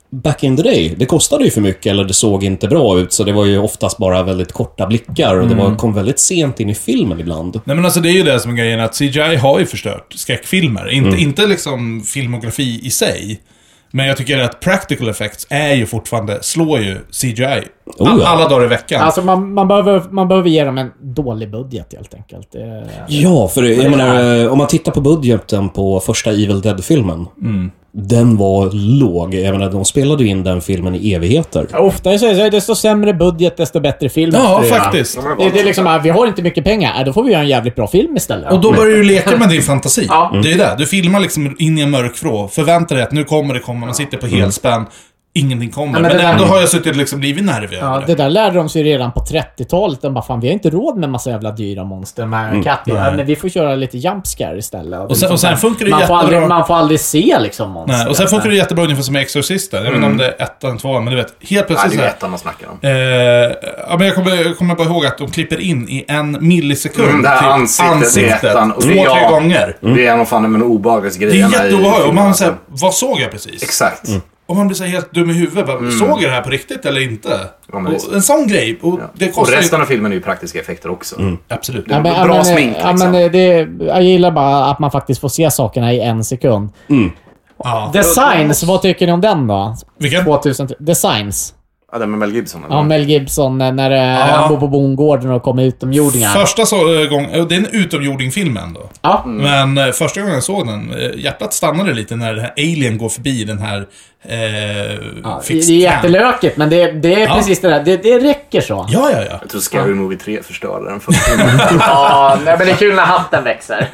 S3: back in the day, det kostade ju för mycket eller det såg inte bra ut, så det var ju oftast bara väldigt korta blickar och det kom väldigt sent in i filmen ibland.
S1: Nej, men alltså det är ju det som är grejen, att CGI har ju förstört skräckfilmer. Inte liksom filmografi i sig. Men jag tycker att practical effects är ju fortfarande, slår ju CGI alla dagar i veckan.
S2: Alltså man behöver ge dem en dålig budget helt enkelt.
S3: Ja, för jag menar, om man tittar på budgeten på första Evil Dead-filmen, den var låg. Jag menar, de spelade ju in den filmen i evigheter.
S2: Ofta så är det desto sämre budget, desto bättre film.
S1: Ja, faktiskt.
S2: Det är liksom, vi har inte mycket pengar, då får vi göra en jävligt bra film istället.
S1: Och då börjar du leka med din fantasi. Det är det. Du filmar liksom in i en mörk vrå. Förväntar dig att nu kommer det komma. Man sitter på helspänn. Ingenting kommer. Men ändå har jag suttit liksom blivit nervig över det.
S2: Det där lärde de sig redan på 30-talet. De bara, fan, vi har inte råd med massa jävla dyra monster. Men men vi får köra lite jumpscare istället.
S1: Och sen funkar det jättebra.
S2: Man får aldrig se liksom monster.
S1: Nej, och sen funkar det jättebra ungefär som Exorcisten. Jag vet inte om det är 1 eller 2, men du vet, helt plötsligt
S4: det är 1 man snackar om.
S1: Men jag kommer bara ihåg att de klipper in i 1 millisekund
S4: det här ansiktet
S1: 2-3 gånger.
S4: Det är nog fan en obehagsgrej.
S1: Det är jätteobehagligt. Och man säger, vad såg jag precis?
S4: Exakt.
S1: Och man blir så helt dum i huvudet. Såg jag det här på riktigt eller inte?
S4: Ja,
S1: och en sån grej. Och, det
S4: och resten av filmen är ju praktiska effekter också.
S1: Absolut.
S2: Ja,
S4: bra smink liksom.
S2: Jag gillar bara att man faktiskt får se sakerna i 1 sekund. Designs, vad tycker ni om den då?
S1: Vilken?
S2: 2003. Designs.
S4: Ja, den med Mel Gibson. Eller?
S2: Ja, Mel Gibson när han bor på bondgården och kommer utomjordingar.
S1: Första gången, det är en utomjordingfilm ändå.
S2: Ja.
S1: Men första gången jag såg den, hjärtat stannade lite när det här alien går förbi den här
S2: det är jättelökigt, men det är precis det där. Det räcker så.
S1: Ja.
S4: Jag tror Scary Movie 3 förstörde den.
S2: Men det är kul när hatten växer.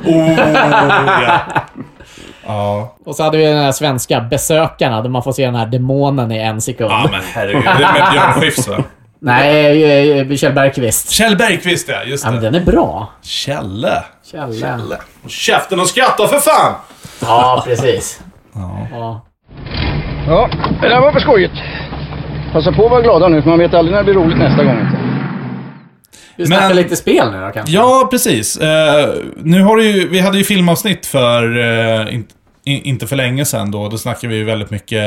S1: Ja.
S2: Och så hade vi den här svenska Besökarna där man får se den här demonen i 1 sekund.
S1: Ja, men herregud. Det är med Björn Skifs, va?
S2: Nej, Kjell Bergqvist.
S1: Kjell Bergqvist, ja, just det.
S2: Ja, men den är bra.
S1: Kjelle.
S2: Käften
S1: och skratta för fan!
S2: Ja, precis. Ja,
S6: det där var för skojigt. Passa på att vara glada nu, för man vet aldrig när det blir roligt nästa gång.
S2: Du snackar lite spel nu då, kanske?
S1: Ja, precis. Nu har vi hade ju filmavsnitt för inte för länge sedan då. Då snackar vi ju väldigt mycket...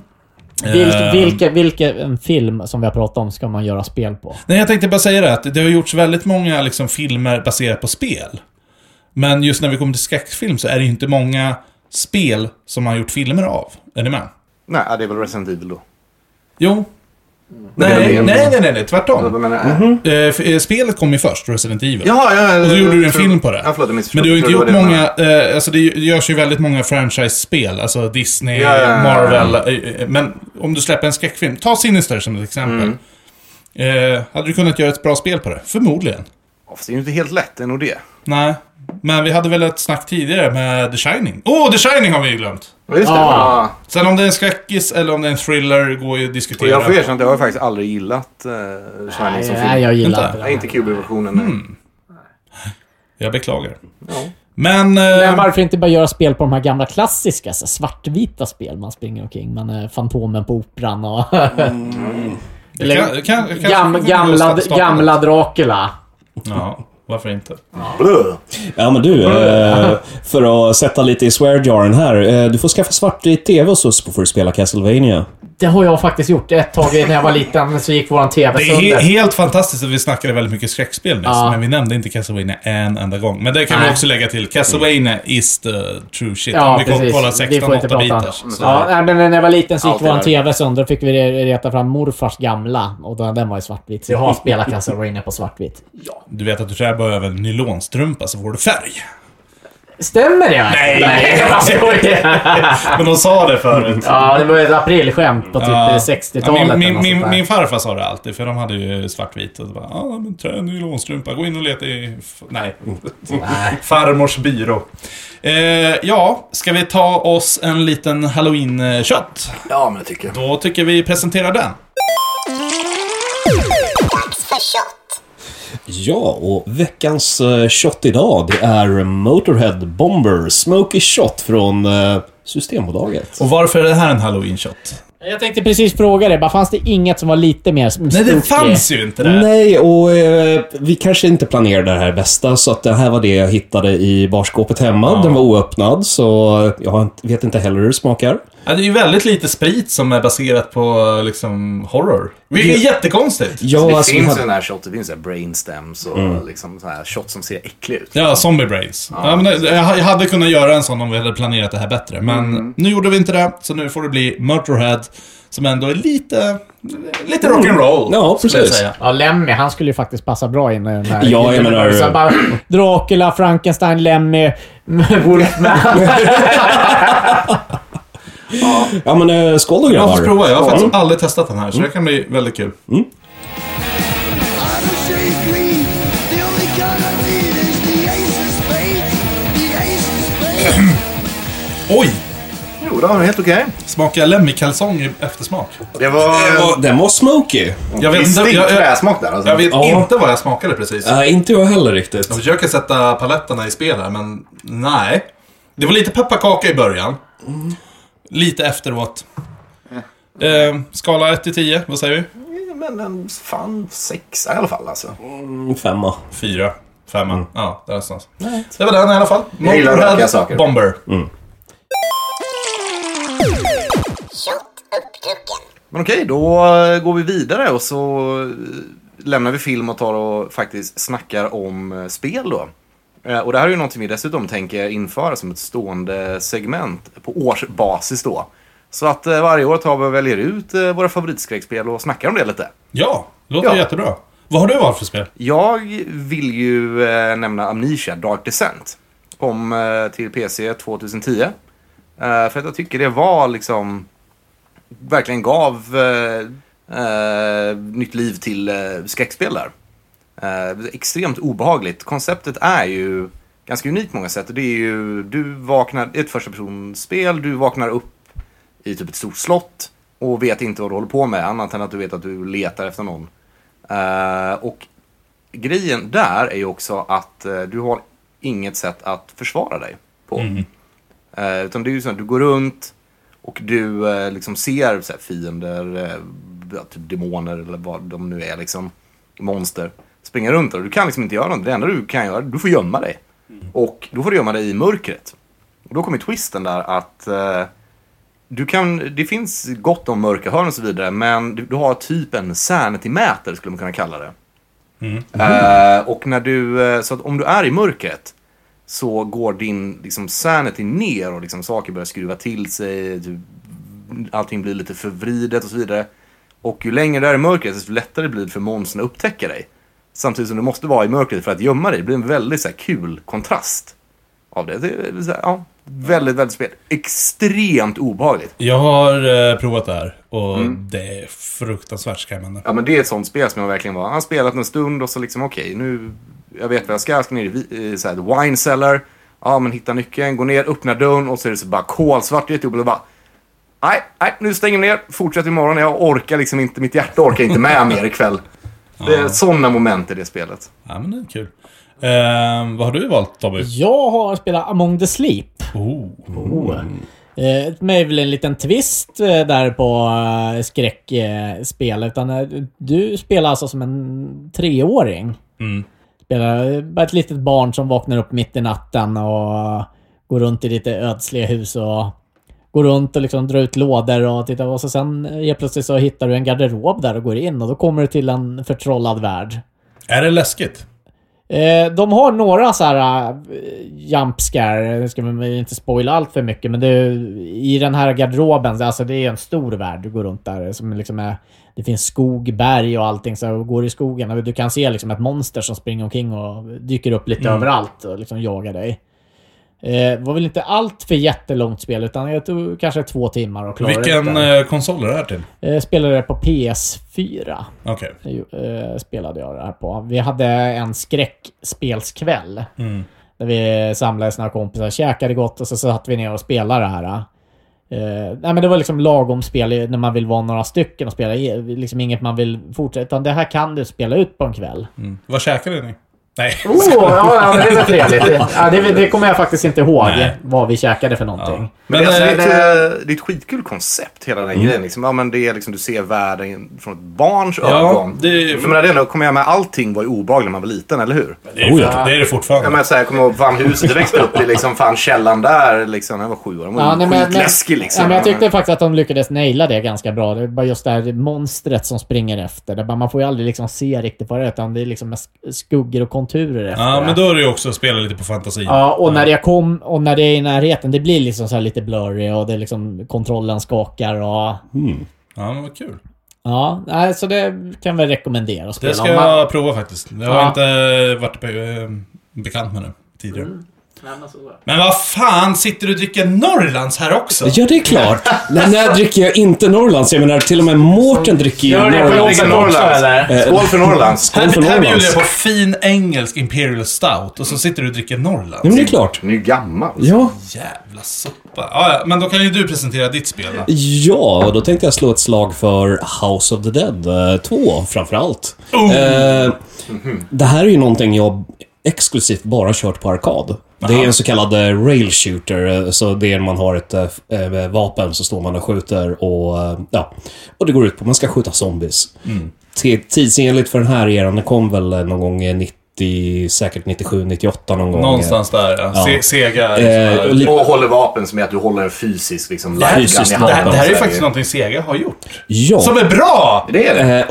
S2: Vilken film som vi har pratat om ska man göra spel på?
S1: Nej, jag tänkte bara säga det, att det har gjorts väldigt många liksom, filmer baserat på spel. Men just när vi kommer till skräckfilm så är det ju inte många spel som man har gjort filmer av. Är ni med?
S4: Nej, det är väl Resident Evil då.
S1: Jo. Nej, tvärtom. Spelet kom ju först, Resident Evil.
S4: Ja,
S1: och så gjorde du en film på det. Men du har inte gjort många... alltså det görs ju väldigt många franchise-spel. Alltså Disney, Marvel. Men om du släpper en skräckfilm, ta Sinister som ett exempel. Hade du kunnat göra ett bra spel på det? Förmodligen.
S4: Fast det är ju inte helt lätt, det är nog det.
S1: Nej, men vi hade väl ett snack tidigare med The Shining. The Shining har vi ju glömt.
S4: Just det.
S1: Sen om det är en skräckis eller om det är en thriller går ju att diskutera.
S4: Och jag får erkänna att jag har faktiskt aldrig gillat Shining som film.
S2: Nej, jag gillar inte.
S4: Inte QB-versionen.
S1: Jag beklagar.
S4: Ja.
S1: Men
S2: varför inte bara göra spel på de här gamla klassiska så svartvita spel man springer omkring? Man är Fantomen på Operan och... gamla Dracula.
S1: Ja, varför inte?
S3: Ja, men du, för att sätta lite i swearjaren här, du får skaffa svart i tv och så får du spela Castlevania.
S2: Det har jag faktiskt gjort ett tag när jag var liten, så gick våran tv sönder.
S1: Det är helt fantastiskt att vi snackade väldigt mycket skräckspel nyss, men vi nämnde inte Castlevania en enda gång. Men det kan vi också lägga till. Castlevania is the true shit.
S2: Ja,
S1: om vi kollar 16-8 bitars.
S2: Ja, men när jag var liten så gick våran tv sönder, fick vi reta fram morfars gamla, och den var ju svartvit. Så jag har spelat Castlevania på svartvit.
S1: Ja. Du vet att du trär bara över en nylonstrumpa så får du färg.
S2: Stämmer det?
S1: Nej, jag skojar. Men de sa det förut.
S2: Ja, det var ett aprilskämt på typ 60-talet.
S1: Min farfar sa det alltid, för de hade ju svartvit. Och så bara, men trä en nylonstrumpa. Gå in och leta i... Nej. Farmors byrå. Ska vi ta oss en liten Halloween-shot?
S4: Ja, men det tycker jag.
S1: Då tycker vi presenterar den.
S7: Dags för shot.
S3: Ja, och veckans shot idag, det är Motorhead Bomber Smoky Shot från Systembolaget.
S1: Och varför är det här en Halloween-shot?
S2: Jag tänkte precis fråga det, bara fanns det inget som var lite mer spooky?
S1: Nej, det fanns ju inte det.
S3: Nej, och vi kanske inte planerade det här bästa, så att det här var det jag hittade i barskåpet hemma. Den var oöppnad, så jag vet inte heller hur det smakar.
S1: Ja, det är ju väldigt lite sprit som är baserat på liksom horror. Det är jättekonstigt.
S4: Ja, det finns ju den här shot, det finns brainstems och liksom så här shot som ser äcklig ut.
S1: Ja, zombie brains. Ja, men jag hade kunnat göra en sån om vi hade planerat det här bättre. Men nu gjorde vi inte det, så nu får det bli Motorhead, som ändå är lite rock'n'roll.
S3: Ja, precis.
S2: Ja, Lemmy, han skulle ju faktiskt passa bra in i den här.
S3: Ja, jag menar...
S2: Så bara, Dracula, Frankenstein, Lemmy, Wolfman.
S3: Ja, men skål då, grabbar.
S1: Jag får prova. Jag har faktiskt aldrig testat den här, så det kan bli väldigt kul. Oj!
S4: Jo, det var helt okej.
S1: Smakar Lemmy-kalsong i eftersmak.
S4: Den
S3: var smoky.
S1: Jag vet inte,
S4: träsmak där alltså.
S1: Jag vet inte vad jag smakade precis.
S3: Inte jag heller riktigt.
S1: Jag försöker sätta paletterna i spel här, men nej. Det var lite pepparkaka i början. Lite efteråt. Skala 1-10, vad säger vi?
S4: Men fan 6 i alla fall alltså.
S3: 5.
S1: 4. 5. Ja, det är någonstans. Det var den i alla fall.
S4: Jag gillar rökiga saker.
S1: Bomber.
S4: Men okej, då går vi vidare och så lämnar vi film och tar och faktiskt snackar om spel då. Och det här är ju någonting vi dessutom tänker införa som ett stående segment på årsbasis då. Så att varje år tar vi och väljer ut våra favoritskräckspel och snackar om det lite.
S1: Ja, det låter jättebra. Vad har du valt för spel?
S4: Jag vill ju nämna Amnesia Dark Descent. Kom till PC 2010. För att jag tycker det var liksom... verkligen gav nytt liv till skräckspel där. Extremt obehagligt. Konceptet är ju ganska unikt på många sätt. Det är ju, du vaknar, ett första personspel, du vaknar upp i typ ett stort slott och vet inte vad du håller på med, annat än att du vet att du letar efter någon. Och grejen där är ju också att du har inget sätt att försvara dig på. Utan det är ju så att du går runt och du liksom ser så här, fiender, typ demoner eller vad de nu är, liksom monster, springer runt och du kan liksom inte göra något. Det enda du kan göra, du får gömma dig. Och då får du gömma dig i mörkret. Och då kommer twisten där att du kan, det finns gott om mörka hörn och så vidare, men du har typ en sanity-mätare skulle man kunna kalla det. Och när du, så att om du är i mörkret så går din liksom sanity ner och liksom saker börjar skruva till sig, allting blir lite förvridet och så vidare. Och ju längre du är i mörkret desto lättare blir det för monstren att upptäcka dig. Samtidigt som du måste vara i mörkret för att gömma dig. Det blir en väldigt så här, kul kontrast av det. Det är så här, ja, väldigt, väldigt spel. Extremt obehagligt.
S1: Jag har provat det här och det är fruktansvärt skrämmande.
S4: Ja, men det är ett sånt spel som jag verkligen var. Han har spelat en stund och så liksom okej, nu jag vet vad jag ska ner i så här, wine cellar. Ja, men hitta nyckeln, gå ner, öppna dörren och så är det så bara kolsvart i ett och bara nej, nu stänger ner, fortsätt imorgon. Jag orkar liksom inte, mitt hjärta orkar inte med mer ikväll. Det är sådana moment i det spelet.
S1: Ja, men det är kul. Vad har du valt, Tommy?
S2: Jag har spelat Among the Sleep. Med väl en liten twist där på skräckspel. Utan du spelar alltså som en 3-åring. Spelar bara ett litet barn som vaknar upp mitt i natten och går runt i lite ödsliga hus och går runt och liksom drar ut lådor och tittar. Och så sen helt plötsligt så hittar du en garderob där och går in och då kommer du till en förtrollad värld.
S1: Är det läskigt?
S2: De har några så här jump scare, det ska man inte spoila allt för mycket, men det, i den här garderoben, alltså det är en stor värld, du går runt där som liksom är, det finns skog, berg och allting, så går i skogen och du kan se liksom ett monster som springer omkring och dyker upp lite överallt och liksom jagar dig. Det var väl inte allt för jättelångt spel, utan jag tog kanske 2 timmar och klara.
S1: Vilken konsol är det här till?
S2: Spelade det på PS4.
S1: Okej.
S2: Spelade jag det här på. Vi hade en skräckspelskväll. Där vi samlades några kompisar, käkade gott och så satt vi ner och spelade det här. Nej, men det var liksom lagom spel när man vill vara några stycken och spela. Liksom inget man vill fortsätta. Utan det här kan du spela ut på en kväll.
S1: Vad käkade ni? Nej.
S2: Ja, men det var trevligt. Ja, det kommer jag faktiskt inte ihåg. Vad vi käkade för någonting.
S1: Ja.
S4: Men det är ett skitkul koncept, hela den grejen. Liksom. Ja, men det är liksom, du ser världen från ett barns ögon. För men det kommer jag med, allting var ju obehagligt när man var liten, eller hur?
S1: Det är det fortfarande.
S4: Ja, men jag kommer ihåg, fan huset, det växte upp i liksom, fan källan där, liksom, jag var 7 år. Den var skitläskig liksom.
S2: Ja, men jag tyckte faktiskt att de lyckades naila det ganska bra. Det är bara just det här monstret som springer efter. Det bara, man får ju aldrig liksom se riktigt vad det är, utan det är liksom skuggor och konturer efter.
S1: Ja, men då är det ju också att spela lite på fantasin.
S2: Ja, och när det är i närheten, det blir liksom så här lite blurry och det är liksom kontrollen skakar och...
S1: Ja, men vad kul.
S2: Ja, så det kan vi rekommendera att spela.
S1: Det ska jag prova faktiskt. Jag har inte varit bekant med det tidigare. Men vad fan, sitter du och dricker Norrlands här också?
S3: Ja, det är klart. När dricker jag inte Norrlands? Jag menar, till och med Mårten dricker ju Norrlands.
S4: Skål för Norrlands.
S1: Här bjuder jag på fin engelsk Imperial Stout och så sitter du och dricker Norrlands.
S3: Ja, men det är klart.
S4: Den är ju gammal.
S3: Ja.
S1: Jävla soppa. Ja, men då kan ju du presentera ditt spel då.
S3: Ja, och då tänkte jag slå ett slag för House of the Dead 2 framförallt. Det här är ju någonting jag exklusivt bara kört på arkad. Det är en så kallad rail shooter, så det är när man har ett vapen så står man och skjuter och det går ut på att man ska skjuta zombies. Tidsenligt för den här eran, det kom väl någon gång 90, säkert 97, 98 någon gång.
S1: Någonstans där, ja. Sega.
S4: Och håller vapen som är att du håller en fysisk liksom,
S1: fysiskt. Det här är ju faktiskt någonting Sega har gjort.
S3: Ja.
S1: Som är bra!
S4: Det är det.
S3: Och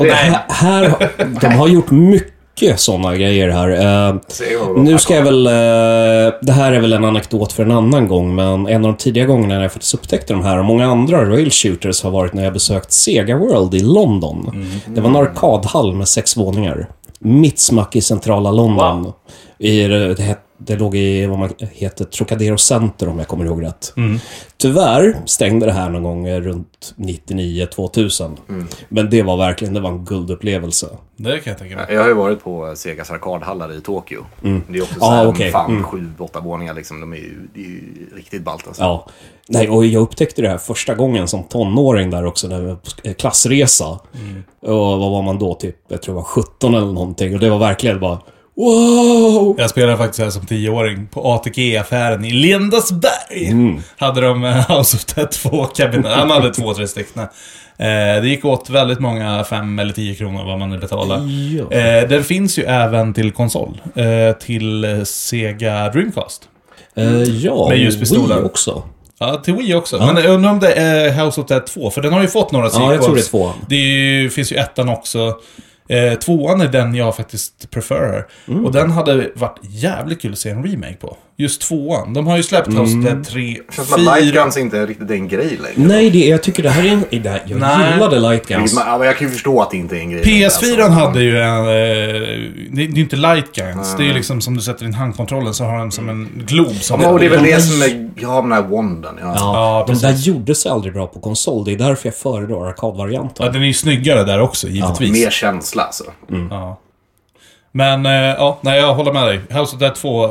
S3: de har gjort mycket sådana grejer här. Nu ska jag väl... det här är väl en anekdot för en annan gång, men en av de tidiga gångerna när jag faktiskt upptäckte de här och många andra rail shooters har varit när jag besökt Sega World i London. Det var en arkadhall med 6 våningar. Mitt smack i centrala London. Wow. Det låg i vad man heter Trocadero Center, om jag kommer ihåg rätt. Tyvärr stängde det här någon gång runt 99-2000. Men det var en guldupplevelse.
S1: Det kan jag tänka mig.
S4: Jag har ju varit på Segas arkadhallar i Tokyo. Det är också så här, fan 7-8 våningar liksom. Det är ju riktigt ballt alltså.
S3: Ja. Nej, och jag upptäckte det här första gången som tonåring där också, när vi var på klassresa. Och vad var man då? Typ, jag tror det var 17 eller någonting. Och det var verkligen bara... Wow!
S1: Jag spelade faktiskt här som 10-åring på ATG-affären i Lindesberg. Hade de House of Dead 2-kabinett. Han hade 2-3 stycken. Det gick åt väldigt många 5 eller 10 kronor vad man betalade. Den finns ju även till konsol. Till Sega Dreamcast.
S3: Ja,
S1: med ljuspistolen
S3: Wii också.
S1: Ja, till Wii också. Ja. Men jag undrar om det är House of Dead 2. För den har ju fått några sequels.
S3: Ja, jag tror det är 2.
S1: Det finns ju ettan också. 2an är den jag faktiskt preferar. Och den hade varit jävligt kul att se en remake på. Just 2an. De har ju släppt House of Dead 3, 4.
S4: Känns som att Lightguns inte är riktigt en grej längre.
S3: Nej, jag tycker det här är en... Jag gillade Lightguns.
S4: Ja, men jag kan ju förstå att det inte är en grej.
S1: PS4 alltså. Hade ju en... det är ju inte Lightguns. Det är ju liksom som du sätter in handkontrollen så har den som en glob. Som
S4: det är väl det som är... Ja, den här Wonden.
S3: Ja, de där gjorde sig aldrig bra på konsol. Det är därför jag föredrar arkadvarianten.
S1: Ja, den är ju snyggare där också, givetvis.
S4: Mer känsla alltså.
S1: Ja. Men, jag håller med dig. House of Dead 2...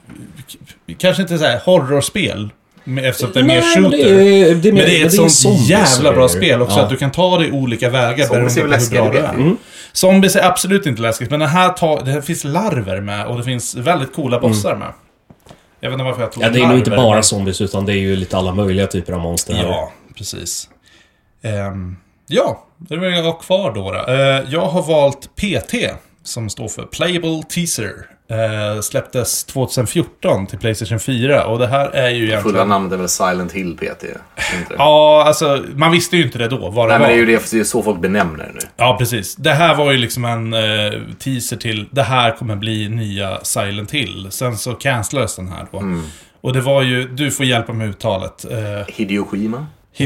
S1: Kanske inte så här horrorspel eftersom det är mer shooter. Men det är ett sånt jävla bra spel också att du kan ta det i olika vägar beroende på hur bra det är. Zombies är absolut inte läskigt, men det finns larver med och det finns väldigt coola bossar med. Jag vet inte varför jag tog
S3: det är nog inte bara zombies utan det är ju lite alla möjliga typer av monster här.
S1: Ja, precis. Det vill jag ha kvar då. Jag har valt PT som står för Playable Teaser. Släpptes 2014 till PlayStation 4 och det här är ju egentligen...
S4: Fulla namnet är väl Silent Hill PT?
S1: Ja, alltså man visste ju inte det då vad det var.
S4: Men det är ju det så folk benämner det nu.
S1: Ja, precis. Det här var ju liksom en teaser till det här kommer bli nya Silent Hill. Sen så cancellades den här då. Och det var ju, du får hjälpa med uttalet.
S3: Hideo Kojima.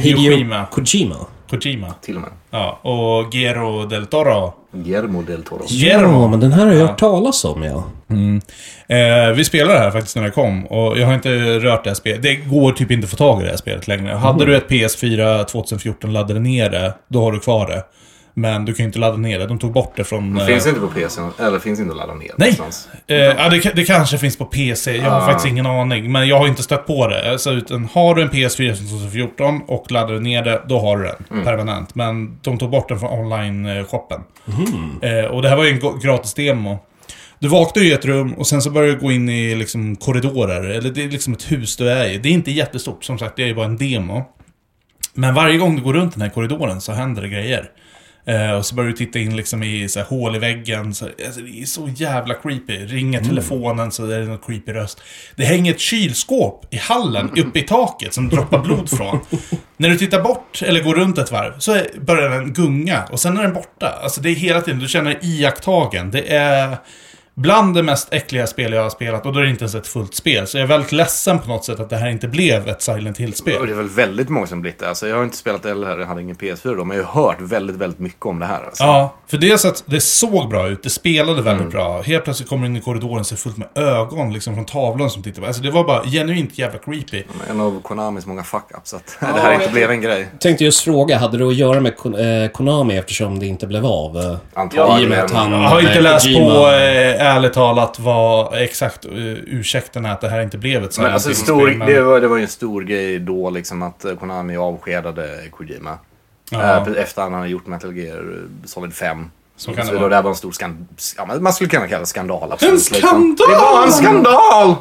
S4: Till och med.
S1: Ja, och Guillermo del Toro.
S3: Ja, men den här har jag hört talas om, ja.
S1: Vi spelade det här faktiskt när det kom. Och jag har inte rört det här spelet. Det går typ inte att få tag i det här spelet längre. Hade du ett PS4 2014 laddade ner det, då har du kvar det. Men du kan ju inte ladda ner det. De tog bort det från...
S4: Det finns inte på PC, eller finns inte att ladda ner?
S1: Nej! Det kanske finns på PC. Jag har faktiskt ingen aning. Men jag har inte stött på det. Alltså, utan har du en PS4 2014 och laddar ner det, då har du den permanent. Men de tog bort den från online-shoppen. Och det här var ju en gratis demo. Du vaknar ju i ett rum och sen så börjar du gå in i liksom korridorer. Eller det är liksom ett hus du är i. Det är inte jättestort, som sagt, det är ju bara en demo. Men varje gång du går runt den här korridoren så händer det grejer. Och så börjar du titta in liksom i så här, hål i väggen. Så, alltså, det är så jävla creepy. Ringer telefonen så är det någon creepy röst. Det hänger ett kylskåp i hallen uppe i taket som droppar blod från. När du tittar bort eller går runt ett varv så börjar den gunga. Och sen är den borta. Alltså det är hela tiden, du känner iakttagen. Det är bland det mest äckliga spel jag har spelat. Och då är det inte ens ett fullt spel. Så jag är väldigt ledsen på något sätt att det här inte blev ett Silent Hill-spel.
S4: Och det är väl väldigt många som blivit det. Alltså, jag har inte spelat det heller, jag hade ingen PS4 då. Men jag har hört väldigt, väldigt mycket om det här. Alltså.
S1: Ja, för det är så att det såg bra ut. Det spelade väldigt bra. Helt plötsligt kommer in i korridoren så är fullt med ögon liksom från tavlan som tittar på. Alltså det var bara genuint jävla creepy.
S4: En av Konamis många fuck-ups. Så att det här inte blev en grej.
S3: Tänkte just fråga, hade det att göra med Konami eftersom det inte blev av?
S4: Antagligen.
S1: Jag har inte läst på ärligt talat vad exakt ursäkten är att det här inte blev ett
S4: men alltså det var ju en stor grej då liksom att Konami avskedade Kojima. Efter att han hade gjort Metal Gear Solid 5.
S1: Så kan
S4: det
S1: det
S4: vara.
S1: vara.
S4: Det var en stor skandal. Man skulle kunna kalla det skandal.
S1: En skandal!
S4: Det var en skandal!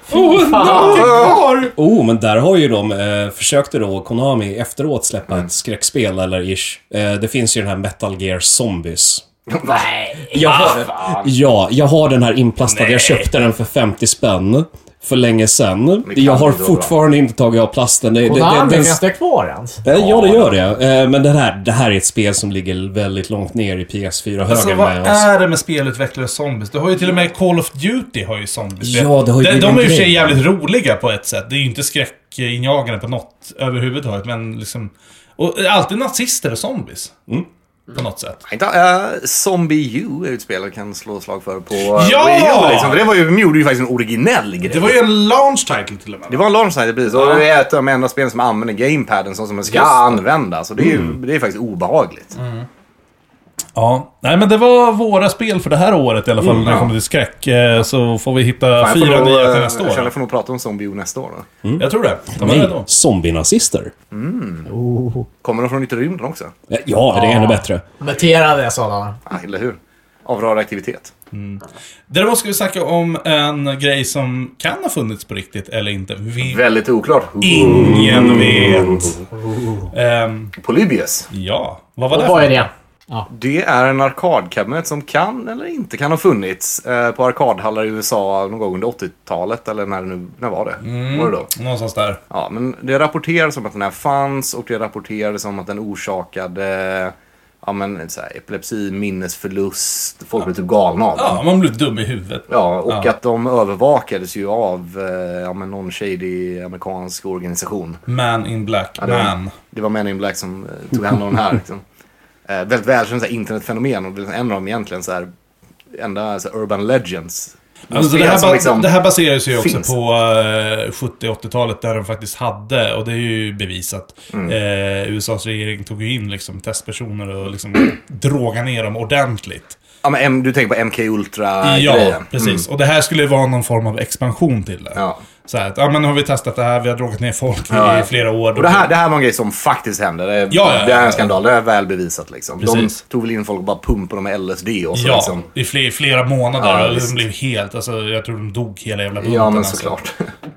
S3: Men där har ju de försökte då Konami efteråt släppa ett skräckspel eller ish. Det finns ju den här Metal Gear Zombies.
S2: Nej.
S3: Jag har den här inplastad. Jag köpte den för 50 spänn för länge sedan. Jag har fortfarande inte tagit av plasten.
S2: Finns det kvar ens?
S3: Ja, det gör det. Men det här är ett spel som ligger väldigt långt ner i PS4-högen.
S1: Alltså vad är det med spelutvecklare Zombies? Du har ju till och med Call of Duty har ju Zombies.
S3: Ja, det har ju
S1: de är ju sig jävligt roliga på ett sätt. Det är ju inte skräckinjagande på något överhuvudtaget. Men liksom... Och alltid nazister och zombies. På något sätt.
S4: Zombie U utspelare kan slå slag för på...
S1: Ja!
S4: Liksom, för det var ju, de gjorde ju faktiskt en originell grej.
S1: Det var ju en launch title till och med.
S4: Det var en launch title, precis. Och det är ett av de enda spelen som använder gamepaden som man ska använda. Så det är faktiskt obehagligt.
S1: Ja, nej men det var våra spel för det här året i alla fall när det kommer till skräck. Så får vi hitta 4 nya till nästa år.
S4: Jag känner för att prata om Zombie U nästa år då.
S1: Jag tror det.
S3: Nej, zombie-nazister.
S4: Kommer de från lite rymden också?
S3: Ja, det är ännu bättre.
S2: Muterade sådana.
S4: Eller hur? Av radioaktivitet.
S1: Däremot ska vi snacka om en grej som kan ha funnits på riktigt eller inte.
S4: Väldigt oklart.
S1: Ingen vet.
S4: Polybius.
S1: Ja, vad var det?
S2: Vad är det? Ja.
S4: Det är en arkadkabinet som kan eller inte kan ha funnits på arkadhallar i USA någon gång under 80-talet. Eller när var det? Var det då?
S1: Någonstans där.
S4: Ja, men det rapporterades om att den här fanns och det rapporterades om att den orsakade så här, epilepsi, minnesförlust, folk blev typ galna av den.
S1: Ja, man blev dum i huvudet.
S4: Ja, och att de övervakades ju av någon shady amerikansk organisation.
S1: Man in Black.
S4: Det var Man in Black som tog hand om den här liksom. Väldigt välkänt så här internetfenomen och en av dem egentligen så här enda så här urban legends.
S1: Alltså det här baserar sig ju också på 70-80-talet där de faktiskt hade, och det är ju bevisat, USAs regering tog ju in liksom testpersoner och liksom drogade ner dem ordentligt.
S4: Ja, men du tänker på MK Ultra
S1: Ja,
S4: grejen.
S1: precis. Och det här skulle vara någon form av expansion till det.
S4: Ja.
S1: Så här, men nu har vi testat det här, vi har drogat ner folk i flera år.
S4: Och det här var en grej som faktiskt hände. Det är en skandal, det är väl bevisat liksom.
S1: Precis.
S4: De tog väl in folk och bara pumpade dem med LSD och så liksom.
S1: I flera månader och de blev helt, alltså jag tror de dog hela jävla bunten.
S4: Ja, men såklart.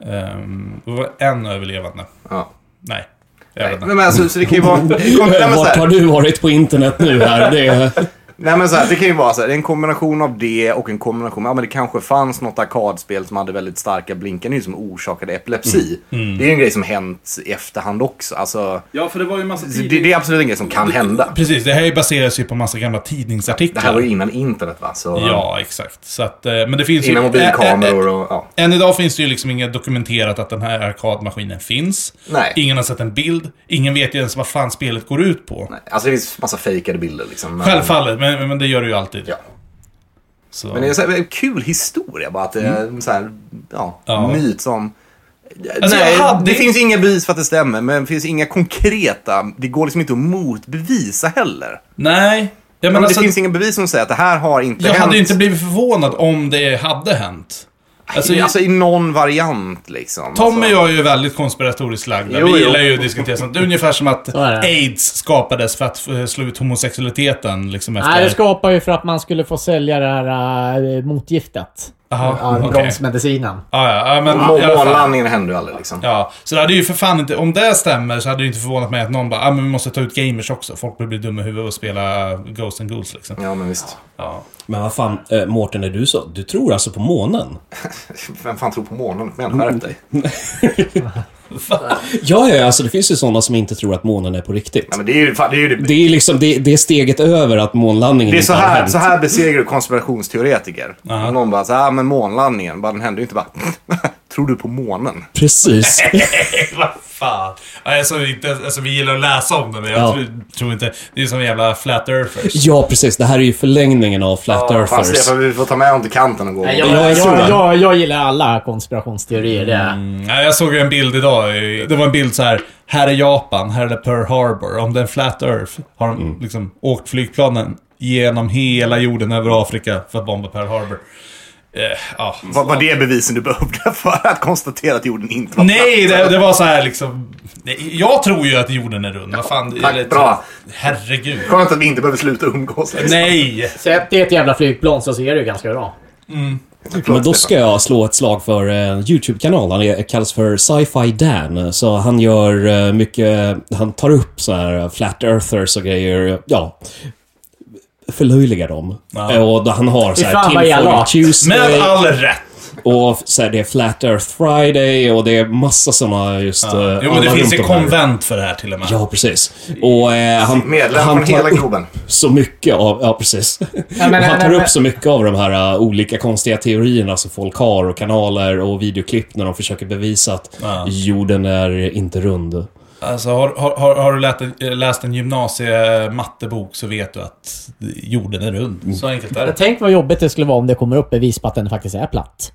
S1: Det var en överlevande.
S4: Ja.
S1: Nej.
S4: Men alltså, så det kan ju vara...
S3: Vart har du varit på internet nu här?
S4: Nej, men så här, det kan ju vara så här, en kombination av det och en kombination, men det kanske fanns något arkadspel som hade väldigt starka blinkande som orsakade epilepsi. Det är en grej som hänt i efterhand också. Alltså,
S1: ja, för det var ju massa
S4: det är absolut en grej som kan hända.
S1: Precis, det här baseras ju på massa gamla tidningsartiklar.
S4: Det här var ju innan internet, va? Så,
S1: ja, exakt. Så att, men det finns
S4: innan
S1: ju
S4: mobilkameror och... Ja.
S1: Än idag finns det ju liksom inget dokumenterat att den här arkadmaskinen finns.
S4: Nej.
S1: Ingen har sett en bild. Ingen vet ju ens vad fan spelet går ut på.
S4: Nej. Alltså det finns massa fejkade bilder liksom.
S1: Självfallet, men det gör det ju alltid.
S4: Ja.
S1: Så.
S4: Men det är så här, en kul historia bara att det är så här, myt som...
S1: Alltså,
S4: det finns inga bevis för att det stämmer, men det finns inga konkreta... Det går liksom inte att motbevisa heller.
S1: Nej.
S4: Det finns inga bevis som säger att det här har inte hänt.
S1: Jag hade ju inte blivit förvånad om det hade hänt.
S4: Alltså i någon variant liksom.
S1: Tom och jag är ju väldigt konspiratoriskt lagda. Vi gillar ju att diskutera sånt. Det är ungefär som att AIDS skapades för att slå ut homosexualiteten. Liksom efter...
S2: Nej, det skapar ju för att man skulle få sälja det här motgiftet. Bromsmedicinen.
S1: Men
S4: månlandningen hände ju aldrig liksom.
S1: Ja, så det hade ju för fan inte... Om det stämmer så hade det inte förvånat mig att någon bara, men vi måste ta ut gamers också. Folk blir dumma i huvudet och spela Ghosts and Ghouls liksom.
S4: Ja, men visst.
S1: Ja.
S3: Men vad fan, Mårten, är du så? Du tror alltså på månen?
S4: Vem fan tror på månen? Men skärp dig.
S3: Ja, alltså det finns ju sådana som inte tror att månen är på riktigt.
S4: Ja, men det är ju
S3: det är liksom, det är steget över att månlandningen
S4: det är
S3: inte har hänt.
S4: så här besegrar du konspirationsteoretiker. Någon bara så här, men månlandningen, den hände ju inte bara. Tror du på månen?
S3: Precis.
S1: Vad fan. Alltså, vi gillar att läsa om det, men jag tror inte. Det är som jävla flat earthers.
S3: Ja, precis. Det här är ju förlängningen av flat earthers.
S4: Fast Stefan, vi får ta med dem till kanten och gå.
S2: Jag gillar alla konspirationsteorier.
S1: Jag såg en bild idag. Det var en bild så här. Här är Japan, här är det Pearl Harbor. Om det är flat earth har de liksom åkt flygplanen genom hela jorden över Afrika för att bomba Pearl Harbor.
S4: Var det bevisen du behövde för att konstatera att jorden inte var
S1: Nej, det var så här liksom. Jag tror ju att jorden är rund. Vad fan,
S4: tack, bra.
S1: Herregud.
S4: Skönt att vi inte behöver sluta umgås liksom.
S1: Nej.
S2: Sätt det är ett jävla flygplan så ser det ju ganska bra.
S3: Men då ska jag slå ett slag för en YouTube-kanal. Han kallas för Sci-Fi Dan. Så han gör mycket. Han tar upp så här flat earthers och grejer. Ja, förlöjligar dem. Och då han har så här Tinfoil Tuesday.
S1: Med all rätt.
S3: Och så här, det är Flat Earth Friday och det är massa såna just...
S1: Jo, men det finns ett konvent för det här till och med.
S3: Ja, precis. Och
S4: han tar hela
S3: upp så mycket av... Ja, precis. Han tar upp så mycket av de här olika konstiga teorierna som folk har och kanaler och videoklipp när de försöker bevisa att jorden är inte rund.
S1: Alltså, har du läst en gymnasiemattebok så vet du att jorden är rund. Så enkelt är det.
S2: Tänk vad jobbigt det skulle vara om det kommer upp bevis på att den faktiskt är platt.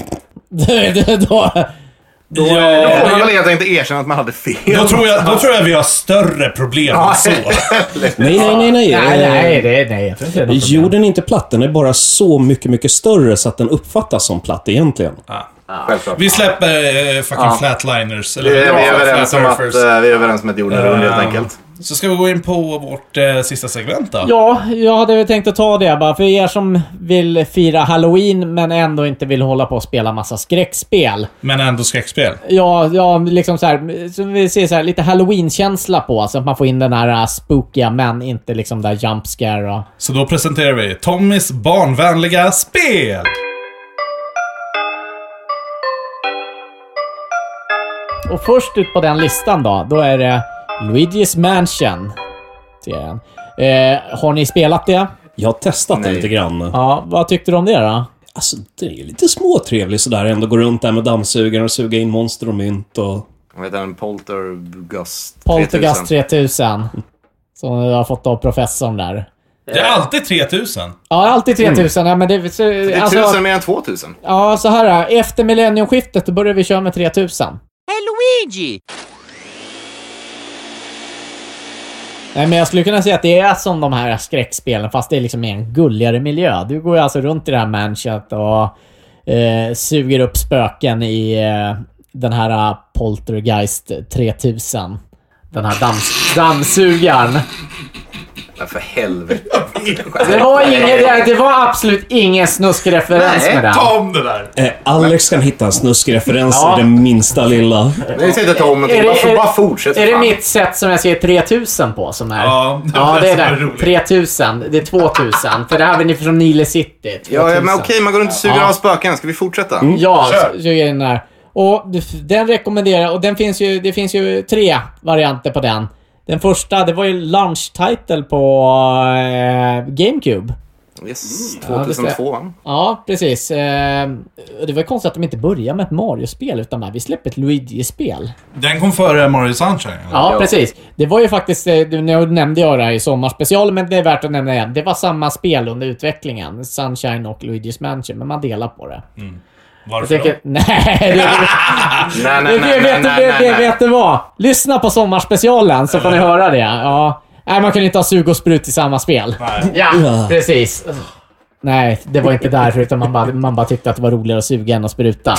S4: Då får man väl inte erkänna att man hade fel.
S1: Då tror jag vi har större problem än så.
S3: Nej.
S2: Nej.
S3: Jorden är inte platt, den är bara så mycket större så att den uppfattas som platt egentligen.
S1: Vi släpper fucking flatliners.
S4: Vi är överens om att jorden är rund helt enkelt.
S1: Så ska vi gå in på vårt sista segment då?
S2: Ja, jag hade tänkt att ta det bara för er som vill fira Halloween men ändå inte vill hålla på och spela massa skräckspel.
S1: Men ändå skräckspel?
S2: Ja, liksom så här, så vi ser så här lite Halloween-känsla på så att man får in den här spookiga men inte liksom där jumpscare och...
S1: Så då presenterar vi Tommys barnvänliga spel.
S2: Och först ut på den listan då är det Luigi's Mansion. Har ni spelat det?
S3: Jag har testat det lite grann.
S2: Ja, vad tyckte du om det då?
S3: Alltså, det är lite småtrevligt sådär. Ändå gå runt där med dammsugaren och suga in monster och mynt och...
S4: Vad heter den? Poltergust
S2: 3000. Som jag har fått av professorn där.
S1: Det är alltid 3000.
S2: Ja, alltid 3000. Ja, men det är
S4: alltså, 1000 mer än 2000.
S2: Ja, så här. Efter millenniumskiftet då började vi köra med 3000.
S7: Hey Luigi!
S2: Nej, men jag skulle kunna säga att det är som de här skräckspelen fast det är liksom en gulligare miljö. Du går ju alltså runt i det här mansionet och suger upp spöken i den här Poltergeist 3000. Den här dammsugaren.
S4: För helvete.
S2: Det var absolut ingen snuskreferens med den.
S1: Ta om det där.
S3: Alex kan hitta en snuskreferens i den minsta lilla.
S4: Nej, säg inte ta om bara fortsätt.
S2: Är det mitt sätt som jag ser 3000 på som är?
S1: Ja,
S2: det är det. 3000. Det är 2000. För det här är ni från Nile City. 2000.
S4: Ja, men okej, man går runt och suger av spöken. Ska vi fortsätta?
S2: Ja, suger in där. Och den rekommenderar, och det finns ju 3 varianter på den. Den första, det var ju launch title på GameCube.
S4: Yes, 2002.
S2: Ja, precis. Det var konstigt att de inte började med ett Mario-spel utan vi släppte ett Luigi-spel.
S1: Den kom före Mario Sunshine.
S2: Ja, precis. Det var ju faktiskt, nu nämnde jag det här i sommarspecial, men det är värt att nämna igen. Det var samma spel under utvecklingen, Sunshine och Luigi's Mansion, men man delar på det.
S1: Varför då?
S2: Nej, vet du vad? Lyssna på sommarspecialen så får ni höra det. Ja. Nej, man kan inte ha sug och sprut i samma spel.
S1: Nej.
S2: Ja, precis. Nej, det var inte därför, utan man bara tyckte att det var roligare att suga än att spruta.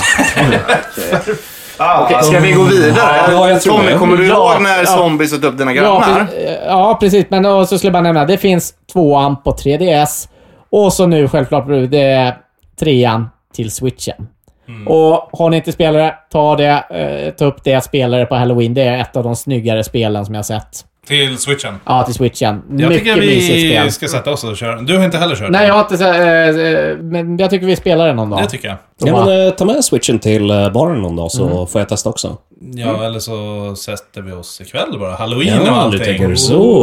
S4: Okej, ska vi gå vidare?
S3: Ja, jag tror det.
S4: Kommer du ihåg när zombies åt upp dina grannar?
S2: Ja, precis. Men då så skulle jag bara nämna, det finns 2an på 3DS. Och så nu självklart det är 3an till Switchen. Och har ni inte spelare, ta upp det spelare på Halloween. Det är ett av de snyggare spelen som jag sett.
S1: Till Switchen?
S2: Ja, till Switchen.
S1: Jag
S2: Mycket
S1: tycker vi ska sätta oss och köra. Du har inte heller kört?
S2: Nej, jag har inte men jag tycker vi spelar den någon dag.
S1: Det tycker jag.
S3: Ja, men ta med Switchen till baren någon dag så får jag testa också.
S1: Ja, eller så sätter vi oss ikväll bara. Halloween och allting.
S3: Du tänker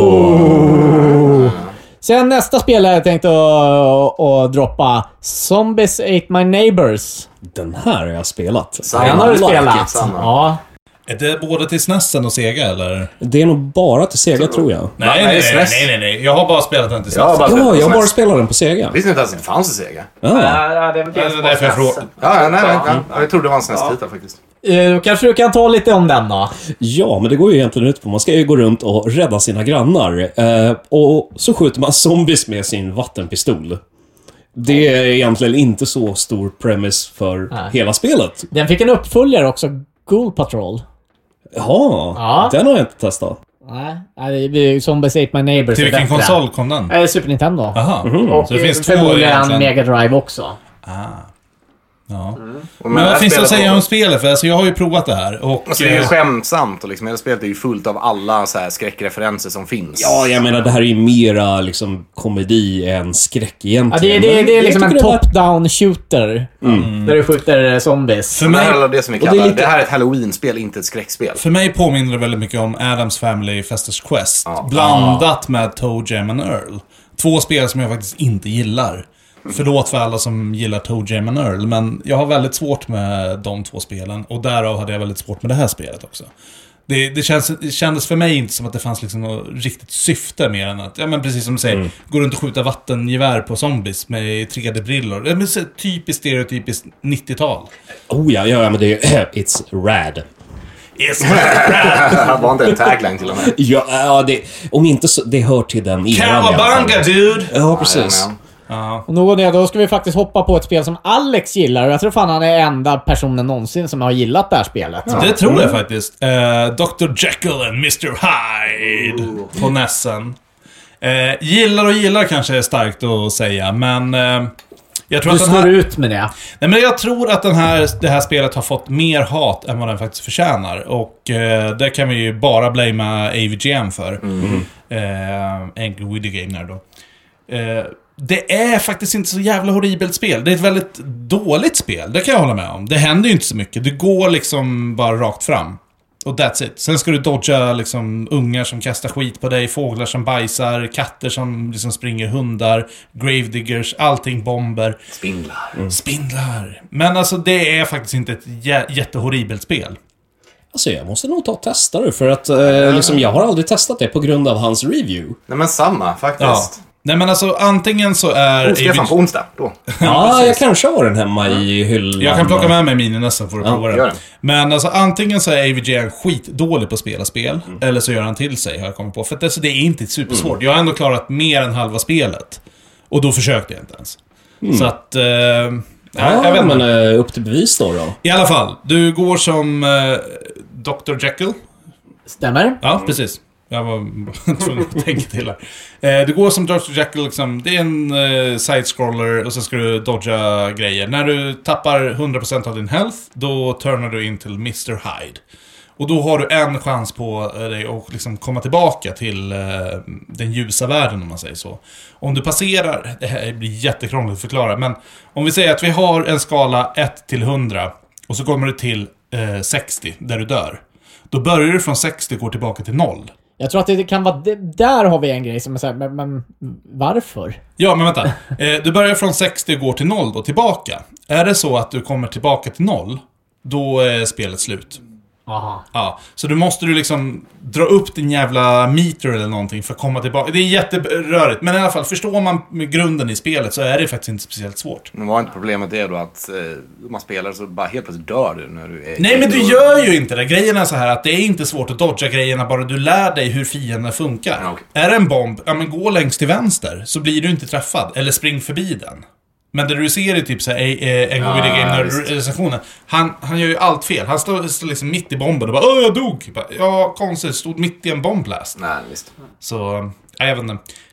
S3: så.
S2: Sen nästa spelare jag tänkte att droppa. Zombies Ate My Neighbors.
S3: Den här har jag spelat.
S2: Den har du spelat. Ja.
S1: Är det både till SNESen och Sega, eller?
S3: Det är nog bara till Sega, tror jag.
S1: Nej. Jag har bara spelat den till SNES.
S3: Jag har bara spelat den på Sega.
S4: Visste inte ens att det fanns i Sega.
S2: Det är
S1: därför jag frågar.
S4: Nej. Jag trodde det var en SNES-titel faktiskt.
S2: Kanske du kan ta lite om den då?
S3: Ja, men det går ju egentligen ut på man ska ju gå runt och rädda sina grannar. Och så skjuter man zombies med sin vattenpistol. Det är egentligen inte så stor premise för hela spelet.
S2: Den fick en uppföljare också, Ghoul Patrol.
S3: Jaha, den har jag inte testat.
S2: Nej, Zombies Ate My Neighbors.
S1: Till vilken konsol kom den?
S2: Super Nintendo.
S1: Aha.
S2: Och
S1: så det finns två
S2: förmodligen
S1: egentligen.
S2: Mega Drive också.
S1: Ja. Men vad finns det att säga om spelet? För alltså, jag har ju provat det här. Och
S4: alltså, det är ju skämtsamt och liksom, hela spelet är ju fullt av alla så här skräckreferenser som finns.
S3: Ja, jag menar det här är ju mera liksom komedi än skräck egentligen.
S2: Ja, det är liksom en top-down shooter. Där du skjuter zombies.
S1: För mig,
S4: det här är ett Halloween-spel, inte ett skräckspel.
S1: För mig påminner det väldigt mycket om Adams Family Fester's Quest. Blandat med Toe Jam and Earl. 2 spel som jag faktiskt inte gillar. Förlåt för alla som gillar Toe Jam and Earl, men jag har väldigt svårt med de 2 spelen. Och därav hade jag väldigt svårt med det här spelet också. Det kändes för mig inte som att det fanns liksom något riktigt syfte mer än att, ja men precis som du säger, gå runt och skjuta vattengevär på zombies med 3D-brillor. Det är typiskt stereotypiskt 90-tal.
S3: Oh ja, men det är it's rad.
S4: Det var inte en tagline till och med.
S3: Ja, om inte så, det hör till den eran.
S1: Cowabunga, dude!
S3: Ja, precis.
S2: Och då ska vi faktiskt hoppa på ett spel som Alex gillar. Och jag tror fan han är enda personen någonsin som har gillat det här spelet.
S1: Ja. Det tror jag faktiskt. Dr. Jekyll and Mr. Hyde på Nessen. Gillar kanske är starkt att säga, men jag tror
S2: du
S1: att
S2: står ut med det.
S1: Nej, men jag tror att det här spelet har fått mer hat än vad den faktiskt förtjänar. Och det kan vi ju bara blamea AVGN för. Angry Video Game då. Det är faktiskt inte så jävla horribelt spel. Det är ett väldigt dåligt spel, det kan jag hålla med om. Det händer ju inte så mycket. Du går liksom bara rakt fram. Och that's it. Sen ska du dodga liksom ungar som kastar skit på dig, fåglar som bajsar, katter som liksom springer, hundar, gravediggers, allting, bomber. Spindlar. Men alltså det är faktiskt inte ett jättehorribelt spel.
S3: Alltså jag måste nog ta och testa det, för att liksom, jag har aldrig testat det på grund av hans review.
S4: Nej men samma, faktiskt.
S1: Ja. Nej men alltså antingen så är...
S4: Stefan på onsdag då.
S3: Ja, jag kanske har den hemma i hyllan.
S1: Jag kan plocka med mig mini nästan för att prova
S4: gör
S1: den.
S4: det.
S1: Men alltså antingen så är AVGN skitdålig på att spela spel, eller så gör han till sig, har jag kommit på. För att alltså, det är inte supersvårt. Jag har ändå klarat mer än halva spelet. Och då försökte jag inte ens. Så att... jag vet
S3: men upp till bevis då.
S1: I alla fall, du går som Dr. Jekyll.
S2: Stämmer?
S1: Ja, precis. Jag var tvungen att tänka till här. Du går som Dr. Jekyll liksom. Det är en side-scroller och så ska du dodga grejer. När du tappar 100% av din health, då turnar du in till Mr. Hyde. Och då har du en chans på dig att liksom komma tillbaka till den ljusa världen, om man säger så. Om du passerar, det här blir jättekrångligt att förklara, men om vi säger att vi har en skala 1 till 100 och så kommer du till 60 där du dör. Då börjar du från 60 och går tillbaka till 0.
S2: Jag tror att det kan vara... Där har vi en grej som är så här, men varför?
S1: Ja, men vänta. Du börjar från 60 och går till 0 då, tillbaka. Är det så att du kommer tillbaka till 0, då är spelet slut.
S2: Aha.
S1: Ja, så du måste liksom dra upp din jävla meter eller någonting för att komma tillbaka. Det är jätterörigt, men i alla fall förstår man med grunden i spelet så är det faktiskt inte speciellt svårt.
S4: Men var inte problemet det då att man spelar så bara helt plötsligt dör du när du är...
S1: Nej, men du gör ju inte det. Grejen är så här att det är inte svårt att dodga grejerna bara du lär dig hur fienden funkar.
S4: Ja, okay.
S1: Är det en bomb, ja men gå längst till vänster så blir du inte träffad. Eller spring förbi den. Men det du ser är typ så här, en gång i det game-recensionen. Han gör ju allt fel. Han står liksom mitt i bomben och bara, jag dog. Ja, konstigt, stod mitt i en bombblast.
S4: Nej, visst.
S1: Så, jag vet inte.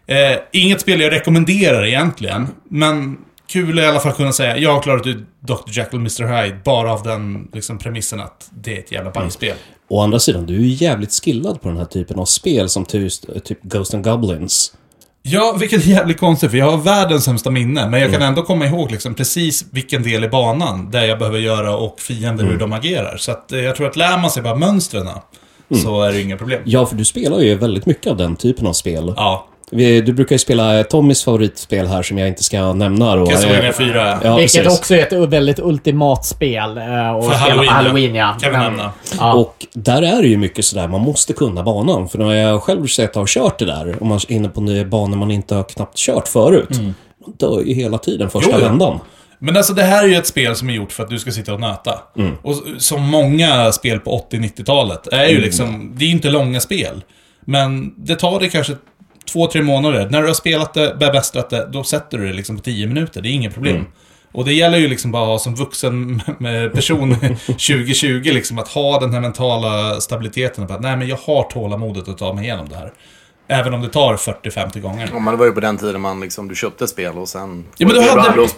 S1: Inget spel jag rekommenderar egentligen. Men kul är i alla fall kunna säga, jag har klarat ut Dr. Jekyll och Mr. Hyde bara av den liksom, premissen att det är ett jävla bajsspel.
S3: Å andra sidan, du är ju jävligt skillad på den här typen av spel som typ Ghost and Goblins.
S1: Ja, vilket jävligt konstigt, för jag har världens sämsta minne. Men jag kan ändå komma ihåg liksom, precis vilken del i banan där jag behöver göra och fiender hur de agerar. Så att, jag tror att lär man sig bara mönstren så är det inga problem.
S3: Ja, för du spelar ju väldigt mycket av den typen av spel.
S1: Ja.
S3: Du brukar ju spela Tommys favoritspel här som jag inte ska nämna då.
S1: Castlevania 4.
S3: Ja,
S2: vilket
S3: precis.
S2: också är ett väldigt ultimat spel. Och
S1: för Halloween,
S2: ja.
S1: kan vi nämna.
S2: Ja.
S3: Och där är det ju mycket sådär, man måste kunna banan. För när jag själv sett har kört det där, om man är inne på nya banor man inte har knappt kört förut. Man dör ju hela tiden första vändan.
S1: Men alltså det här är ju ett spel som är gjort för att du ska sitta och nöta. Och som många spel på 80-90-talet är ju liksom, det är inte långa spel. Men det tar det kanske 2-3 månader. När du har spelat det, bemästrat det, då sätter du det liksom på 10 minuter. Det är inget problem. Och det gäller ju liksom bara att ha som vuxen person 2020 liksom att ha den här mentala stabiliteten och bara, nej men jag har tålamodet att ta mig igenom det här. Även om det tar 40-50 gånger.
S4: Ja, men det var ju på den tiden man liksom, du köpte spel och sen...
S1: Ja, men du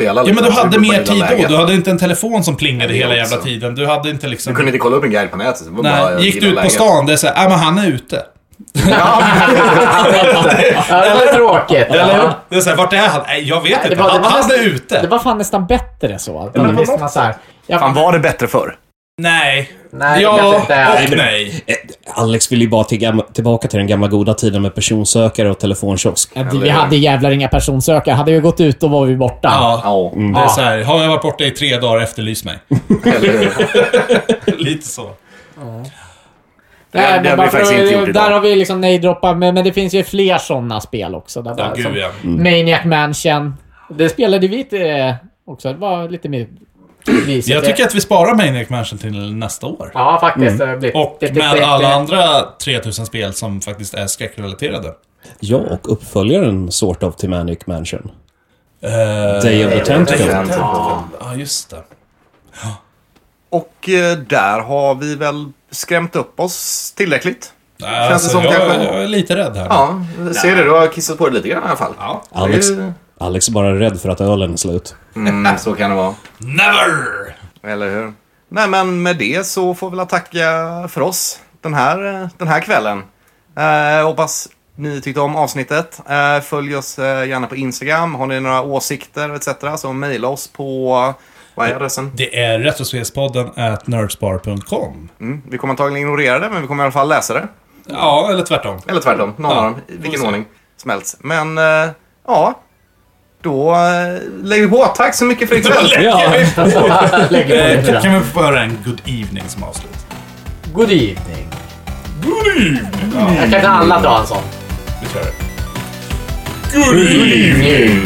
S1: hade mer tid då.
S4: läget.
S1: Du hade inte en telefon som plingade hela jävla tiden. Du hade inte liksom...
S4: Du kunde inte kolla upp en guide på nätet. Det var
S1: Nej,
S4: bara
S1: gick du ut på stan, det är såhär, men han är ute.
S2: Ja, det var tråkigt.
S1: Eller hur? Det är såhär, vart är han? Nej, jag vet inte. Han är ute.
S2: Det var fan nästan bättre så. Men visste man så här,
S4: Fan, var det bättre förr?
S1: Nej.
S2: Nej,
S1: ja,
S2: inte.
S1: och nej.
S3: Alex vill ju bara tillbaka till den gamla goda tiden med personsökare och telefonkiosk.
S2: Vi hade jävlar inga personsökare. Hade vi gått ut, då var vi borta.
S1: Ja, det är så här, har jag varit borta i 3 dagar, efterlys mig. Lite så.
S2: Nej,
S4: det har vi faktiskt inte gjort idag.
S2: Där har vi liksom nejdroppat, men det finns ju fler sådana spel också. Där bara,
S1: gud, ja.
S2: Maniac Mansion. Det spelade vi också. Det var lite mer...
S1: Jag tycker att vi sparar Maniac Mansion till nästa år.
S2: Ja, faktiskt.
S1: Och med alla andra 3000 spel som faktiskt är skräckrelaterade.
S3: Ja, och uppföljaren sort of till Maniac Mansion. Day of the Tentacle.
S1: Ja, just det.
S4: Och där har vi väl skrämt upp oss tillräckligt.
S1: Nej,
S4: Känns det som
S1: jag
S4: kanske?
S1: är lite rädd här.
S4: Ja, ser du har kissat på det lite grann i alla fall.
S1: Ja.
S3: Alex är bara rädd för att ölen är slut.
S4: Så kan det vara.
S1: Never!
S4: Eller hur? Nej, men med det så får vi väl tacka för oss den här kvällen. Hoppas ni tyckte om avsnittet. Följ oss gärna på Instagram. Har ni några åsikter etc. så mejla oss på... Vad är adressen?
S1: Det är retrospelspodden@nerdspar.com.
S4: Vi kommer antagligen ignorera det, men vi kommer i alla fall läsa det.
S1: Ja, eller tvärtom.
S4: Eller tvärtom, någon av dem. I vilken ordning som helst. Men, ja. Då lägger vi på. Tack så mycket för ikväll.
S1: Kan vi få höra en good evening som avslut?
S2: Good evening.
S1: Good evening!
S2: Jag kan inte alla ta en sån.
S1: Vi kör det. Good evening!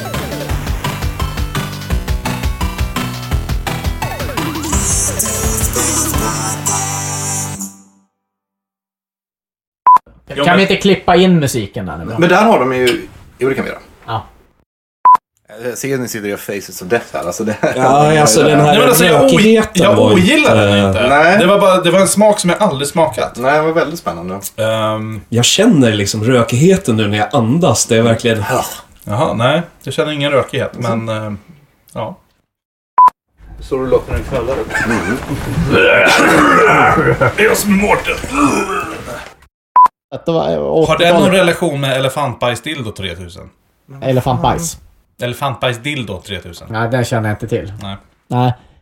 S2: Kan vi inte klippa in musiken där nu?
S4: Men där har de ju... Jo, det kan vi göra.
S2: Ja.
S4: Jag ser att ni sitter och gör faces of death här. Alltså det här
S3: Ja, alltså den här rökigheten
S1: jag
S3: var
S1: ogillar den inte.
S4: Nej.
S1: Det var en smak som jag aldrig smakat.
S4: Nej, det var väldigt spännande.
S3: Jag känner liksom rökigheten nu när jag andas. Det är verkligen...
S1: Jaha, nej. Jag känner ingen rökighet, men... ja.
S4: Så du låter den kvälla upp.
S1: Det är jag som är Mårten. Har det någon relation med elefantbajsdildo 3000?
S2: Elefantbajs.
S1: Elefantbajsdildo 3000?
S2: Nej, den känner jag inte till.
S1: Nej.
S2: Nej.